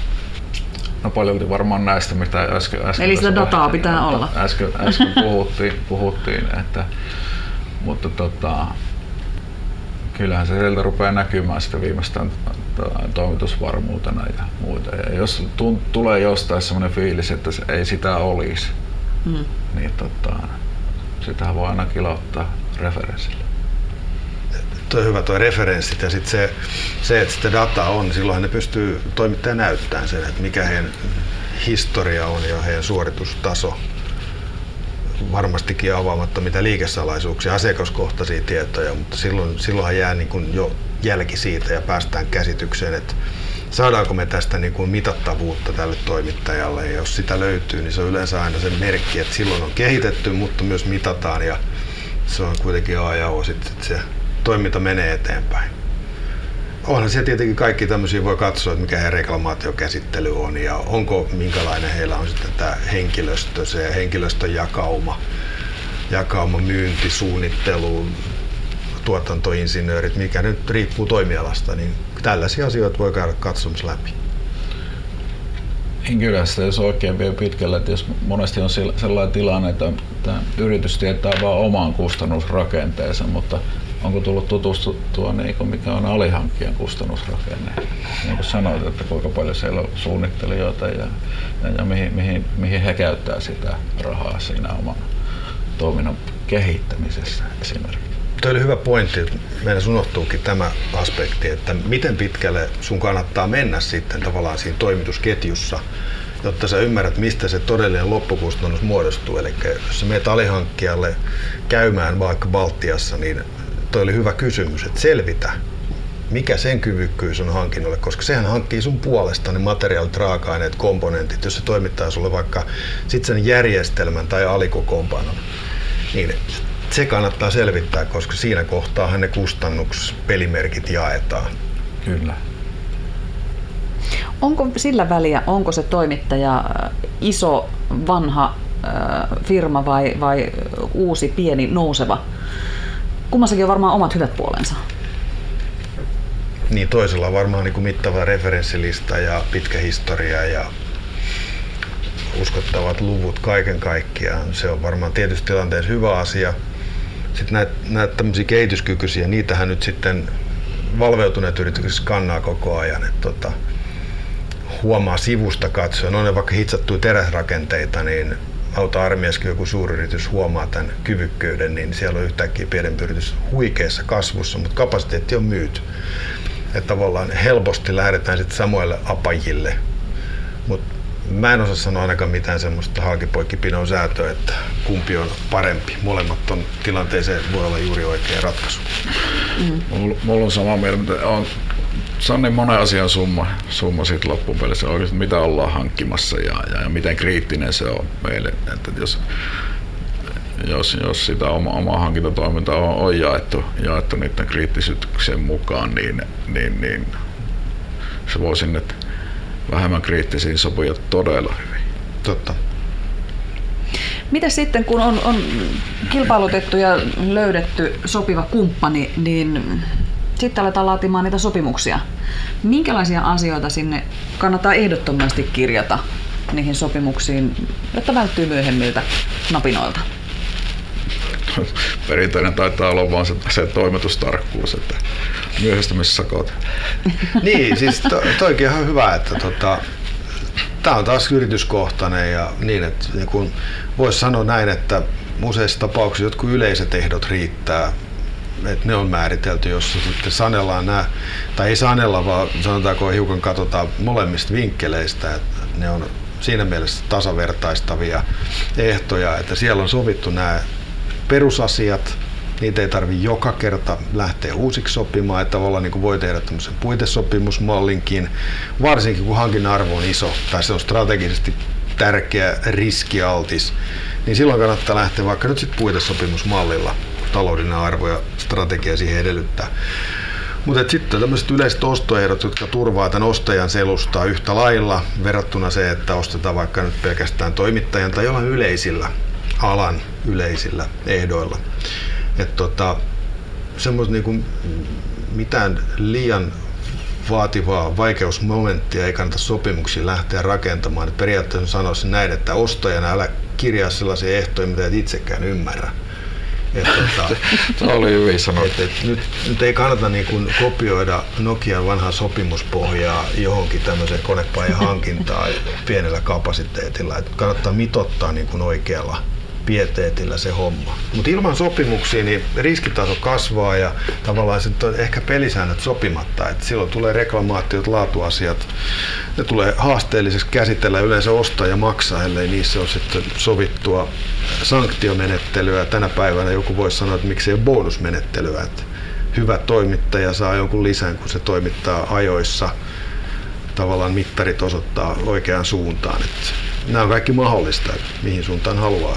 No paljolti varmaan näistä, mitä äsken... äsken Eli sitä dataa pitää äsken, olla. Äsken, äsken puhuttiin, puhuttiin että, mutta tota, kyllähän se sieltä rupeaa näkymään sitä viimeistään toimitusvarmuutena ja muuta. Ja jos tunt, tulee jostain sellainen fiilis, että se ei sitä olisi, hmm. niin tota, sitähän voi aina kilauttaa referenssillä. Tuo on hyvä tuo referenssit ja sitten se, se, että sitä dataa on, niin silloinhan ne pystyy toimittamaan näyttämään sen, että mikä heidän historia on ja heidän suoritustaso. Varmastikin avaamatta mitä liikesalaisuuksia, asiakaskohtaisia tietoja, mutta silloin, silloinhan jää niin kuin jo jälki siitä ja päästään käsitykseen, että saadaanko me tästä niin kuin mitattavuutta tälle toimittajalle. Ja jos sitä löytyy, niin se on yleensä aina sen merkki, että silloin on kehitetty, mutta myös mitataan ja se on kuitenkin A ja O sitten, että se toiminta menee eteenpäin. Onhan siellä tietenkin kaikki tämmöisiä voi katsoa, että mikä heidän reklamaatiokäsittely on ja onko, minkälainen heillä on sitten tämä henkilöstö, se henkilöstön jakauma, jakauma myynti, suunnittelu, tuotantoinsinöörit, mikä nyt riippuu toimialasta, niin tällaisia asioita voi käydä katsomassa läpi. Kyllä sitä jos oikein vie pitkälle, että jos monesti on sellainen tilanne, että yritys tietää vain omaan kustannusrakenteensa, mutta onko tullut tutustuttua, niin mikä on alihankkijan kustannusrakenne? Niin kuin sanoit, että kuinka paljon siellä on suunnittelijoita ja, ja, ja mihin, mihin, mihin he käyttää sitä rahaa siinä oman toiminnan kehittämisessä esimerkiksi. Tuo oli hyvä pointti, että meidän unohtuukin tämä aspekti, että miten pitkälle sun kannattaa mennä sitten tavallaan siinä toimitusketjussa, jotta sä ymmärrät, mistä se todellinen loppukustannus muodostuu. Eli jos sä menet alihankkijalle käymään vaikka Baltiassa, niin toi oli hyvä kysymys, että selvitä, mikä sen kyvykkyys on hankinnolle, koska sehän hankkii sun puolesta ne materiaalit, raaka-aineet, komponentit, jos se toimittaa sulle vaikka sit sen järjestelmän tai alikokoonpanon. Niin se kannattaa selvittää, koska siinä kohtaa ne kustannuspelimerkit jaetaan. Kyllä. Onko sillä väliä, onko se toimittaja iso, vanha firma vai, vai uusi, pieni, nouseva? Kummassakin on varmaan omat hyvät puolensa. Niin, toisella on varmaan niin kuin mittava referenssilista ja pitkä historia ja uskottavat luvut kaiken kaikkiaan. Se on varmaan tietysti tilanteessa hyvä asia. Sitten näitä, näitä tämmöisiä kehityskykyisiä, niitähän nyt sitten valveutuneet yritykset skannaa koko ajan. Että tota, huomaa sivusta katsoen, on ne vaikka hitsattuja teräsrakenteita, niin auta-armiaskin joku suuryritys huomaa tämän kyvykkyyden, niin siellä on yhtäkkiä pienempi yritys huikeassa kasvussa, mutta kapasiteetti on myyty. Että tavallaan helposti lähdetään sitten samoille apajille. Mutta mä en osaa sanoa ainakaan mitään semmoista halkipoikkipinon säätöä, että kumpi on parempi. Molemmat on tilanteeseen, voi olla juuri oikea ratkaisu. Mm. Mulla, mulla on sama mieltä. On, se on niin monen asian summa, summa siitä loppupelissä oikeasti, mitä ollaan hankkimassa ja, ja, ja miten kriittinen se on meille. Että jos, jos, jos sitä oma, omaa hankintatoimintaa on, on jaettu, jaettu niiden kriittisyyksien mukaan, niin, niin, niin se voi sinne vähemmän kriittisiin sopia todella hyvin. Totta. Mitä sitten, kun on, on kilpailutettu ja löydetty sopiva kumppani, niin sitten aletaan laatimaan niitä sopimuksia. Minkälaisia asioita sinne kannattaa ehdottomasti kirjata niihin sopimuksiin, jotta välttyy myöhemmiltä napinoilta? Perinteinen taitaa olla vaan se, se toimitustarkkuus, että myöhästymissakot. Niin, siis to, toikin on hyvä, että tota, tämä on taas yrityskohtainen ja niin, että niin kun voisi sanoa näin, että useissa tapauksissa jotkut yleiset ehdot riittää, että ne on määritelty, jos sitten sanellaan nämä, tai ei sanella, vaan sanotaanko hiukan katsotaan molemmista vinkkeleistä, että ne on siinä mielessä tasavertaistavia ehtoja, että siellä on sovittu nämä perusasiat, niitä ei tarvitse joka kerta lähteä uusiksi sopimaan, että tavallaan niin kuin voi tehdä tämmöisen puitesopimusmallinkin, varsinkin kun hankinnan arvo on iso tai se on strategisesti tärkeä, riskialtis, niin silloin kannattaa lähteä vaikka nyt sitten puitesopimusmallilla, kun taloudellinen arvo ja strategia siihen edellyttää. Mutta sitten tämmöiset yleiset ostoehdot, jotka turvaa tämän ostajan selustaa yhtä lailla verrattuna se, että ostetaan vaikka nyt pelkästään toimittajan tai jollain yleisillä alan yleisillä ehdoilla. Että tota, semmoista niinku mitään liian vaativaa vaikeusmomenttia ei kannata sopimuksiin lähteä rakentamaan. Et periaatteessa sanoisin näin, että ostajana älä kirjaa sellaisia ehtoja, mitä et itsekään ymmärrä. Et, tota, se oli hyvin sanottu. Et, et nyt, nyt ei kannata niin kuin kopioida Nokian vanhaa sopimuspohjaa johonkin tämmöiseen konepajan hankintaan pienellä kapasiteetilla. Et kannattaa mitottaa niin kuin oikealla pieteetillä se homma. Mutta ilman sopimuksia niin riskitaso kasvaa ja tavallaan sitten on ehkä pelisäännöt sopimatta. Et silloin tulee reklamaatiot, laatuasiat. Ne tulee haasteelliseksi käsitellä, yleensä ostaa ja maksaa, ellei niissä ole sitten sovittua sanktiomenettelyä. Tänä päivänä joku voisi sanoa, että miksei ole bonusmenettelyä. Et hyvä toimittaja saa jonkun lisän, kun se toimittaa ajoissa. Tavallaan mittarit osoittaa oikeaan suuntaan. Et nämä on kaikki mahdollista, että mihin suuntaan haluaa.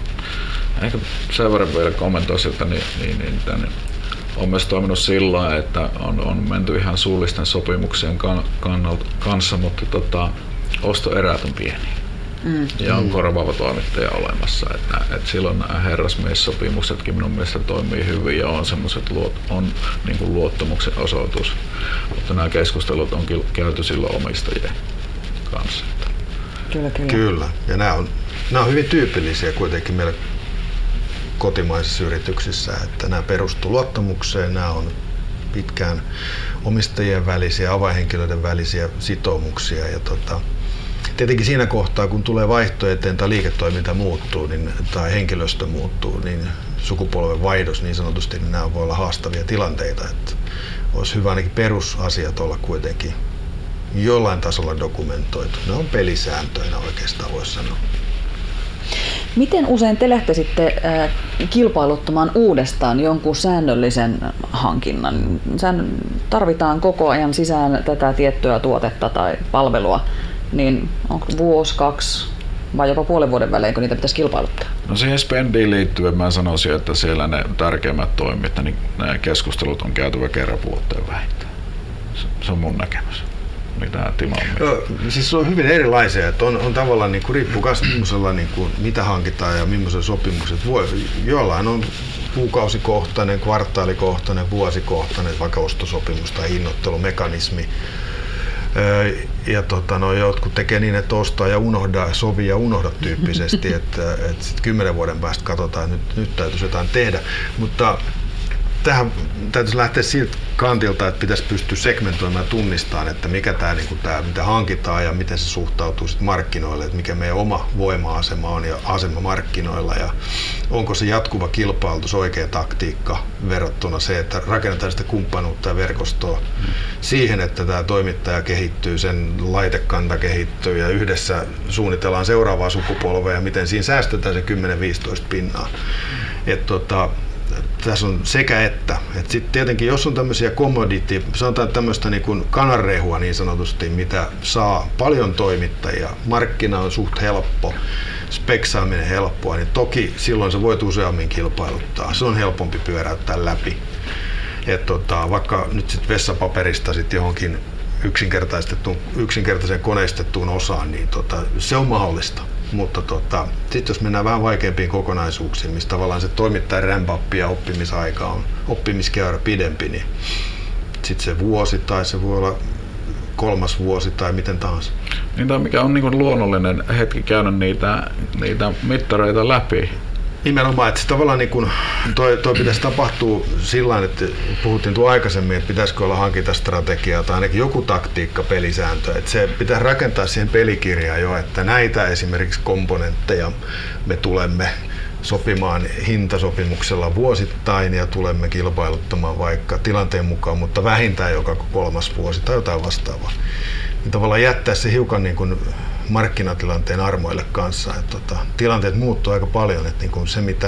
Ehkä sen verran vielä kommentoisin, että niin, niin, niin, tänne on myös toiminut sillä lailla, että on, on menty ihan suullisten sopimuksien kan, kannalta, kanssa, mutta tota, ostoerät on pieniä. Mm. Ja on korvaava toimittaja olemassa. Että, että silloin nämä herrasmiessopimuksetkin minun mielestä toimii hyvin ja on semmoiset luot, on niin kuin luottamuksen osoitus. Mutta nämä keskustelut on käyty silloin omistajien kanssa. Kyllä, kyllä. Kyllä. Ja nämä on, nämä on hyvin tyypillisiä kuitenkin meillä kotimaisissa yrityksissä, että nämä perustuu luottamukseen, nämä on pitkään omistajien välisiä, avainhenkilöiden välisiä sitoumuksia. Ja tota, tietenkin siinä kohtaa, kun tulee vaihto eteen tai liiketoiminta muuttuu niin, tai henkilöstö muuttuu, niin sukupolven vaihdos niin sanotusti, niin nämä voi olla haastavia tilanteita. Että olisi hyvä ainakin perusasiat olla kuitenkin jollain tasolla dokumentoitu. Ne on pelisääntöinä oikeastaan, voisi sanoa. Miten usein te lähtisitte äh, kilpailuttamaan uudestaan jonkun säännöllisen hankinnan? Sään, tarvitaan koko ajan sisään tätä tiettyä tuotetta tai palvelua, niin onko vuosi, kaksi vai jopa puolen vuoden välein, kun niitä pitäisi kilpailuttaa? No siihen spendiin liittyen mä sanoisin, että siellä ne tärkeimmät toimijat, niin nämä keskustelut on käytävä kerran vuoteen vähintään. Se, se on mun näkemys. mitä Timo on? No, siis on hyvin erilaisia. Että on, on tavallaan niin kuin, riippuu myös millaisella, niin kuin, mitä hankitaan ja millaisia sopimukset. Voi, jollain on kuukausikohtainen, kvartaalikohtainen, vuosikohtainen, vaikka ostosopimus tai hinnoittelumekanismi. Ja tota, no, jotkut tekee niin, että ostaa ja unohda, sovi ja unohda tyyppisesti, että, että sit kymmenen vuoden päästä katsotaan, että nyt, nyt täytyisi jotain tehdä. Mutta tähän täytyisi lähteä siltä kantilta, että pitäisi pystyä segmentoimaan ja tunnistamaan, että mikä tämä, niin kuin tämä, mitä hankitaan ja miten se suhtautuu sit markkinoille, että mikä meidän oma voima-asema on ja asema markkinoilla ja onko se jatkuva kilpailutus oikea taktiikka verrattuna se, että rakennetaan sitä kumppanuutta ja verkostoa mm. siihen, että tämä toimittaja kehittyy, sen laitekanta kehittyy ja yhdessä suunnitellaan seuraavaa sukupolvea ja miten siinä säästetään se kymmenen viisitoista pinnaa. Et, tota, tässä on sekä että. Et sit tietenkin jos on tämmöisiä commodity, sanotaan tämmöistä niin kuin kananrehua niin sanotusti, mitä saa paljon toimittajia, markkina on suht helppo, speksaaminen helppoa, niin toki silloin se voit useammin kilpailuttaa. Se on helpompi pyöräyttää läpi. Et tota, vaikka nyt sit vessapaperista sit johonkin yksinkertaiseen koneistettuun osaan, niin tota, se on mahdollista. Mutta tota, sitten jos mennään vähän vaikeampiin kokonaisuuksiin, missä tavallaan se toimittajan ramp-up ja oppimisaika on oppimiskäyrä pidempi, niin sitten se vuosi tai se voi olla kolmas vuosi tai miten tahansa. Niin tämä mikä on niin kuin luonnollinen hetki käydä niitä, niitä mittareita läpi. Nimenomaan, että tavallaan niin kun toi, toi pitäisi tapahtua sillä että puhuttiin tuo aikaisemmin, että pitäisikö olla hankintastrategiaa tai ainakin joku taktiikka, pelisääntö. Että se pitää rakentaa siihen pelikirjaan jo, että näitä esimerkiksi komponentteja me tulemme sopimaan hintasopimuksella vuosittain ja tulemme kilpailuttamaan vaikka tilanteen mukaan, mutta vähintään joka kolmas vuosi tai jotain vastaavaa. Niin tavallaan jättää se hiukan niin kuin markkinatilanteen armoille kanssa. Että tota, tilanteet muuttuu aika paljon, että niin kuin se mitä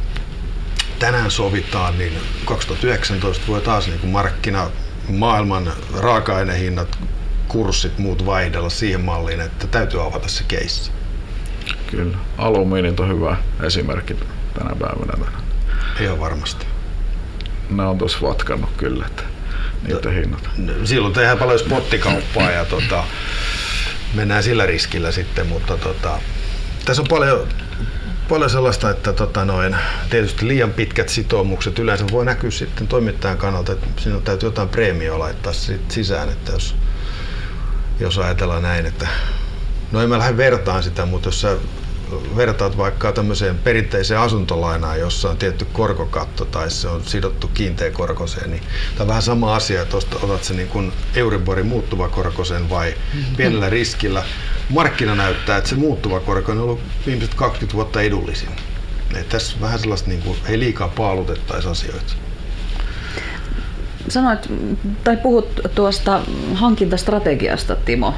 tänään sovitaan, niin kaksituhattayhdeksäntoista voi taas niin kuin markkina, maailman raaka-ainehinnat, kurssit, muut vaihdella siihen malliin, että täytyy avata se keissi. Kyllä, alumiinit on hyvä esimerkki tänä päivänä. Ihan varmasti. Ne on tuossa vatkannut kyllä, että niitä hinnat. Silloin tehdään paljon spottikauppaa ja tota, mennään sillä riskillä sitten, mutta tota, tässä on paljon, paljon sellaista, että tota noin, tietysti liian pitkät sitoumukset yleensä voi näkyä sitten toimittajan kannalta, että siinä täytyy jotain preemioa laittaa sisään, että jos, jos ajatellaan näin, että no en mä lähde vertaan sitä, mutta jos sä vertaat vaikka tämmöiseen perinteiseen asuntolainaan, jossa on tietty korkokatto tai se on sidottu kiinteäkorkoiseen, niin tämä on vähän sama asia, että otat sen niin kuin Euriborin muuttuva korkoisen vai pienellä riskillä. Markkina näyttää, että se muuttuva korko on ollut viimeiset kaksikymmentä vuotta edullisin. Et tässä vähän sellaista, niin kuin, ei liikaa paalutettaisi asioita. Sanoit, tai puhut tuosta hankintastrategiasta, Timo.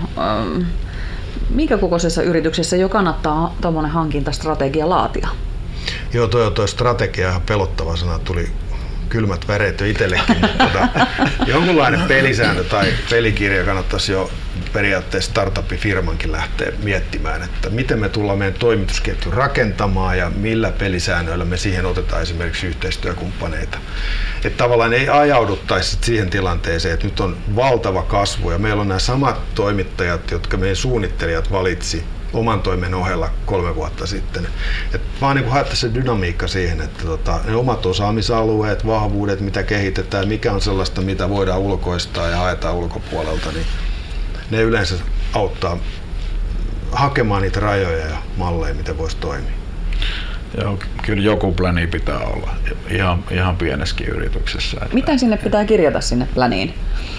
Minkä kokoisessa yrityksessä jo kannattaa tuommoinen hankintastrategia laatia? Joo, toi, toi strategia ihan pelottava sana, tuli kylmät väreet jo itsellekin. Tota, jonkunlainen pelisääntö tai pelikirja kannattaisi jo periaatteessa startup-firmankin lähteä miettimään, että miten me tullaan meidän toimitusketjun rakentamaan ja millä pelisäännöillä me siihen otetaan esimerkiksi yhteistyökumppaneita. Että tavallaan ei ajauduttaisi siihen tilanteeseen, että nyt on valtava kasvu ja meillä on nämä samat toimittajat, jotka meidän suunnittelijat valitsi oman toimen ohella kolme vuotta sitten. Et vaan niin haettaisiin se dynamiikka siihen, että tota, ne omat osaamisalueet, vahvuudet, mitä kehitetään, mikä on sellaista, mitä voidaan ulkoistaa ja haetaan ulkopuolelta, niin ne yleensä auttaa hakemaan niitä rajoja ja malleja, miten voisi toimia. Joo, kyllä joku pläni pitää olla, ihan, ihan pienessäkin yrityksessä. Että mitä sinne pitää kirjata sinne pläniin?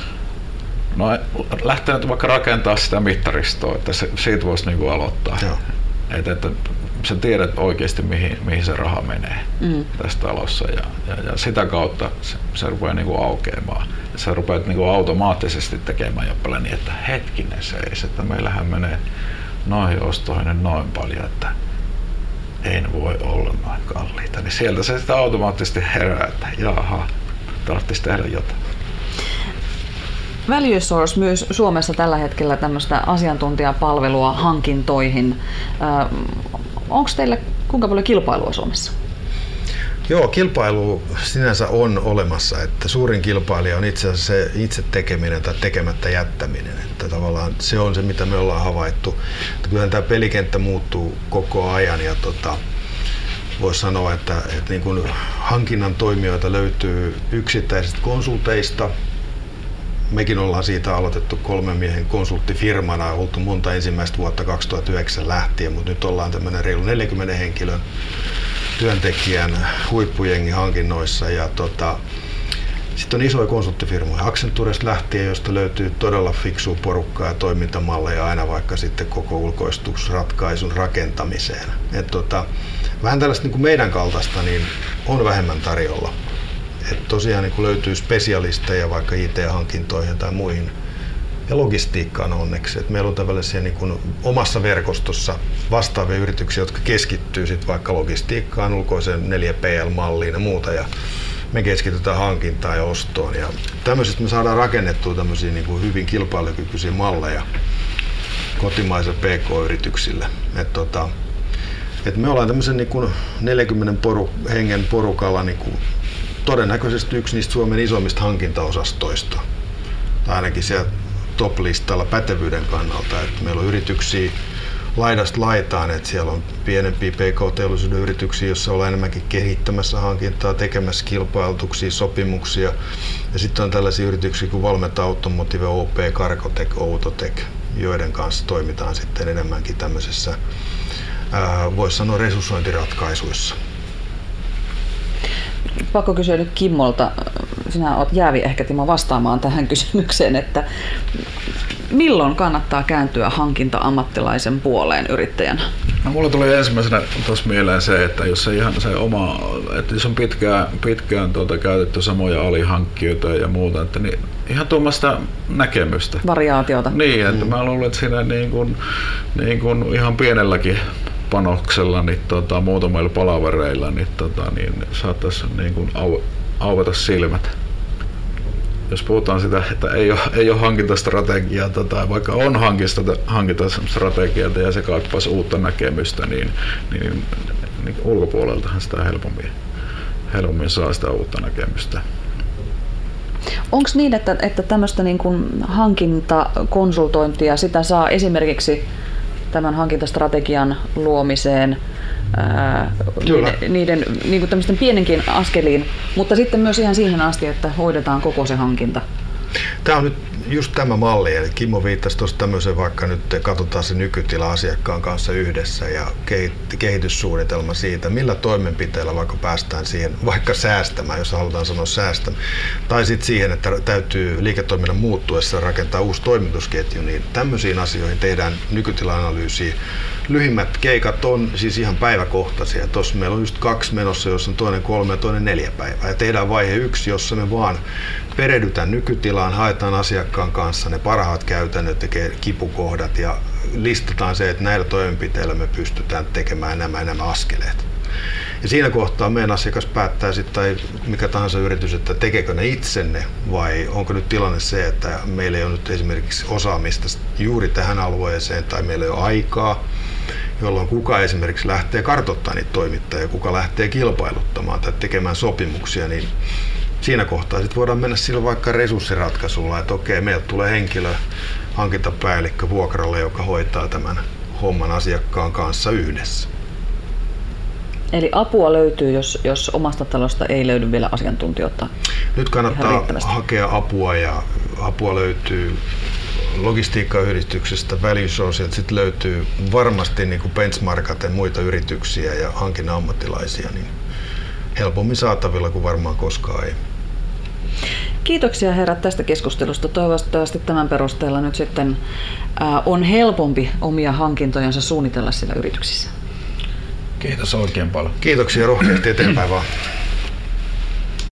No lähtee nyt vaikka rakentaa sitä mittaristoa, että se, siitä voisi niinku aloittaa. Että, että sä tiedät oikeasti mihin, mihin se raha menee mm. tässä talossa ja, ja, ja sitä kautta se, se rupeaa niinku aukeamaan. Ja sä rupeat niinku automaattisesti tekemään jo paljon niin, että hetkinen seis, että meillähän menee noihin ostoihin noin paljon, että ei ne voi olla noin kalliita. Niin sieltä se sitä automaattisesti herää, että jaha, tarvitsisi tehdä jotain. Value Source myös Suomessa tällä hetkellä tämmöistä asiantuntijapalvelua hankintoihin. Onko teillä kuinka paljon kilpailua Suomessa? Joo, kilpailu sinänsä on olemassa, että suurin kilpailija on itse asiassa se itse tekeminen tai tekemättä jättäminen. Että tavallaan se on se, mitä me ollaan havaittu. Että kyllähän tämä pelikenttä muuttuu koko ajan ja tota, voisi sanoa, että, että niin kuin hankinnan toimijoita löytyy yksittäisistä konsulteista. Mekin ollaan siitä aloitettu kolmen miehen konsulttifirmana, oltu monta ensimmäistä vuotta kaksituhattayhdeksän lähtien, mutta nyt ollaan tämmöinen reilu neljänkymmenen henkilön työntekijän huippujengi hankinnoissa. Ja tota, sitten on isoja konsulttifirmoja Accenturesta lähtien, josta löytyy todella fiksua porukkaa ja toimintamalleja aina vaikka sitten koko ulkoistusratkaisun rakentamiseen. Et tota, vähän tällaista niin kuin meidän kaltaista niin on vähemmän tarjolla. Et tosiaan niin kuin löytyy spesialisteja vaikka I T-hankintoihin tai muihin ja logistiikkaan onneksi. Et meillä on tällaisia niin kuin omassa verkostossa vastaavia yrityksiä, jotka keskittyy sit vaikka logistiikkaan, ulkoiseen neljä P L-malliin ja muuta. Ja me keskitytään hankintaan ja ostoon. Ja tämmöisistä me saadaan rakennettua tämmöisiä niin kuin hyvin kilpailukykyisiä malleja kotimaisille P K-yrityksille. Et tota, et me ollaan tämmöisen niin kuin neljänkymmenen poru, hengen porukalla niin kuin todennäköisesti yksi niistä Suomen isommista hankintaosastoista. Tai ainakin siellä top-listalla pätevyyden kannalta. Että meillä on yrityksiä laidasta laitaan, että siellä on pienempiä P K-teollisuuden yrityksiä, joissa ollaan enemmänkin kehittämässä hankintaa, tekemässä kilpailutuksia, sopimuksia. Ja sitten on tällaisia yrityksiä kuin Valmeta Automotive, O P, Cargotec, Outotec, joiden kanssa toimitaan sitten enemmänkin tämmöisessä, voisi sanoa, resurssointiratkaisuissa. Pakko kysyä nyt Kimmolta, sinä olet jäävi ehkä Timo vastaamaan tähän kysymykseen, että milloin kannattaa kääntyä hankinta-ammattilaisen puoleen yrittäjänä? No, mulla tuli ensimmäisenä tuossa mieleen se, että jos se ihan se oma, että jos on pitkään, pitkään tuota, käytetty samoja alihankkijoita ja muuta, että niin ihan tuommoista näkemystä. Variaatiota. Niin, että mm. mä luulen, että siinä niin kuin, niin kuin ihan pienelläkin panoksella, niin tota, muutamilla palavereilla, niin, tota, niin saattaisi niin kuin au, auvata silmät. Jos puhutaan sitä, että ei ole, ei ole hankintastrategiaa, tai vaikka on hankintastrategiaa ja se kaipaisi uutta näkemystä, niin, niin, niin ulkopuoleltahan sitä helpommin, helpommin saa sitä uutta näkemystä. Onko niin, että, että tämmöistä niin kuin hankintakonsultointia sitä saa esimerkiksi tämän hankintastrategian luomiseen, ää, niiden, niiden niin kuin tämmöisten pienenkin askeliin, mutta sitten myös ihan siihen asti, että hoidetaan koko se hankinta? Tämä on nyt just tämä malli, eli Kimmo viittasi tuossa tämmöiseen, vaikka nyt katsotaan se nykytila asiakkaan kanssa yhdessä ja kehityssuunnitelma siitä, millä toimenpiteillä vaikka päästään siihen vaikka säästämään, jos halutaan sanoa säästämään, tai sitten siihen, että täytyy liiketoiminnan muuttuessa rakentaa uusi toimitusketju, niin tämmöisiin asioihin tehdään nykytila-analyysiä. Lyhimmät keikat on siis ihan päiväkohtaisia. Tuossa meillä on just kaksi menossa, jossa on toinen kolme ja toinen neljä päivää. Ja tehdään vaihe yksi, jossa me vaan perehdytään nykytilaan, haetaan asiakkaan kanssa ne parhaat käytännöt ja kipukohdat ja listataan se, että näillä toimenpiteillä me pystytään tekemään nämä nämä askeleet. Ja siinä kohtaa meidän asiakas päättää sitten, tai mikä tahansa yritys, että tekeekö ne itsenne vai onko nyt tilanne se, että meillä ei ole nyt esimerkiksi osaamista juuri tähän alueeseen tai meillä ei ole aikaa, jolloin kuka esimerkiksi lähtee kartoittamaan niitä toimittajia, kuka lähtee kilpailuttamaan tai tekemään sopimuksia, niin siinä kohtaa sitten voidaan mennä sillä vaikka resurssiratkaisulla, että okei, meiltä tulee henkilö, hankintapäällikkö vuokralle, joka hoitaa tämän homman asiakkaan kanssa yhdessä. Eli apua löytyy, jos, jos omasta talosta ei löydy vielä asiantuntijoita. Nyt kannattaa hakea apua ja apua löytyy logistiikkayhdistyksestä, Value Source, sitten löytyy varmasti niin kuin benchmarkaten muita yrityksiä ja hankinnan ammattilaisia, niin helpommin saatavilla kuin varmaan koskaan ei. Kiitoksia herrat tästä keskustelusta. Toivottavasti tämän perusteella nyt sitten ää, on helpompi omia hankintojansa suunnitella siellä yrityksissä. Kiitos oikein paljon. Kiitoksia rohkeasti eteenpäin vaan.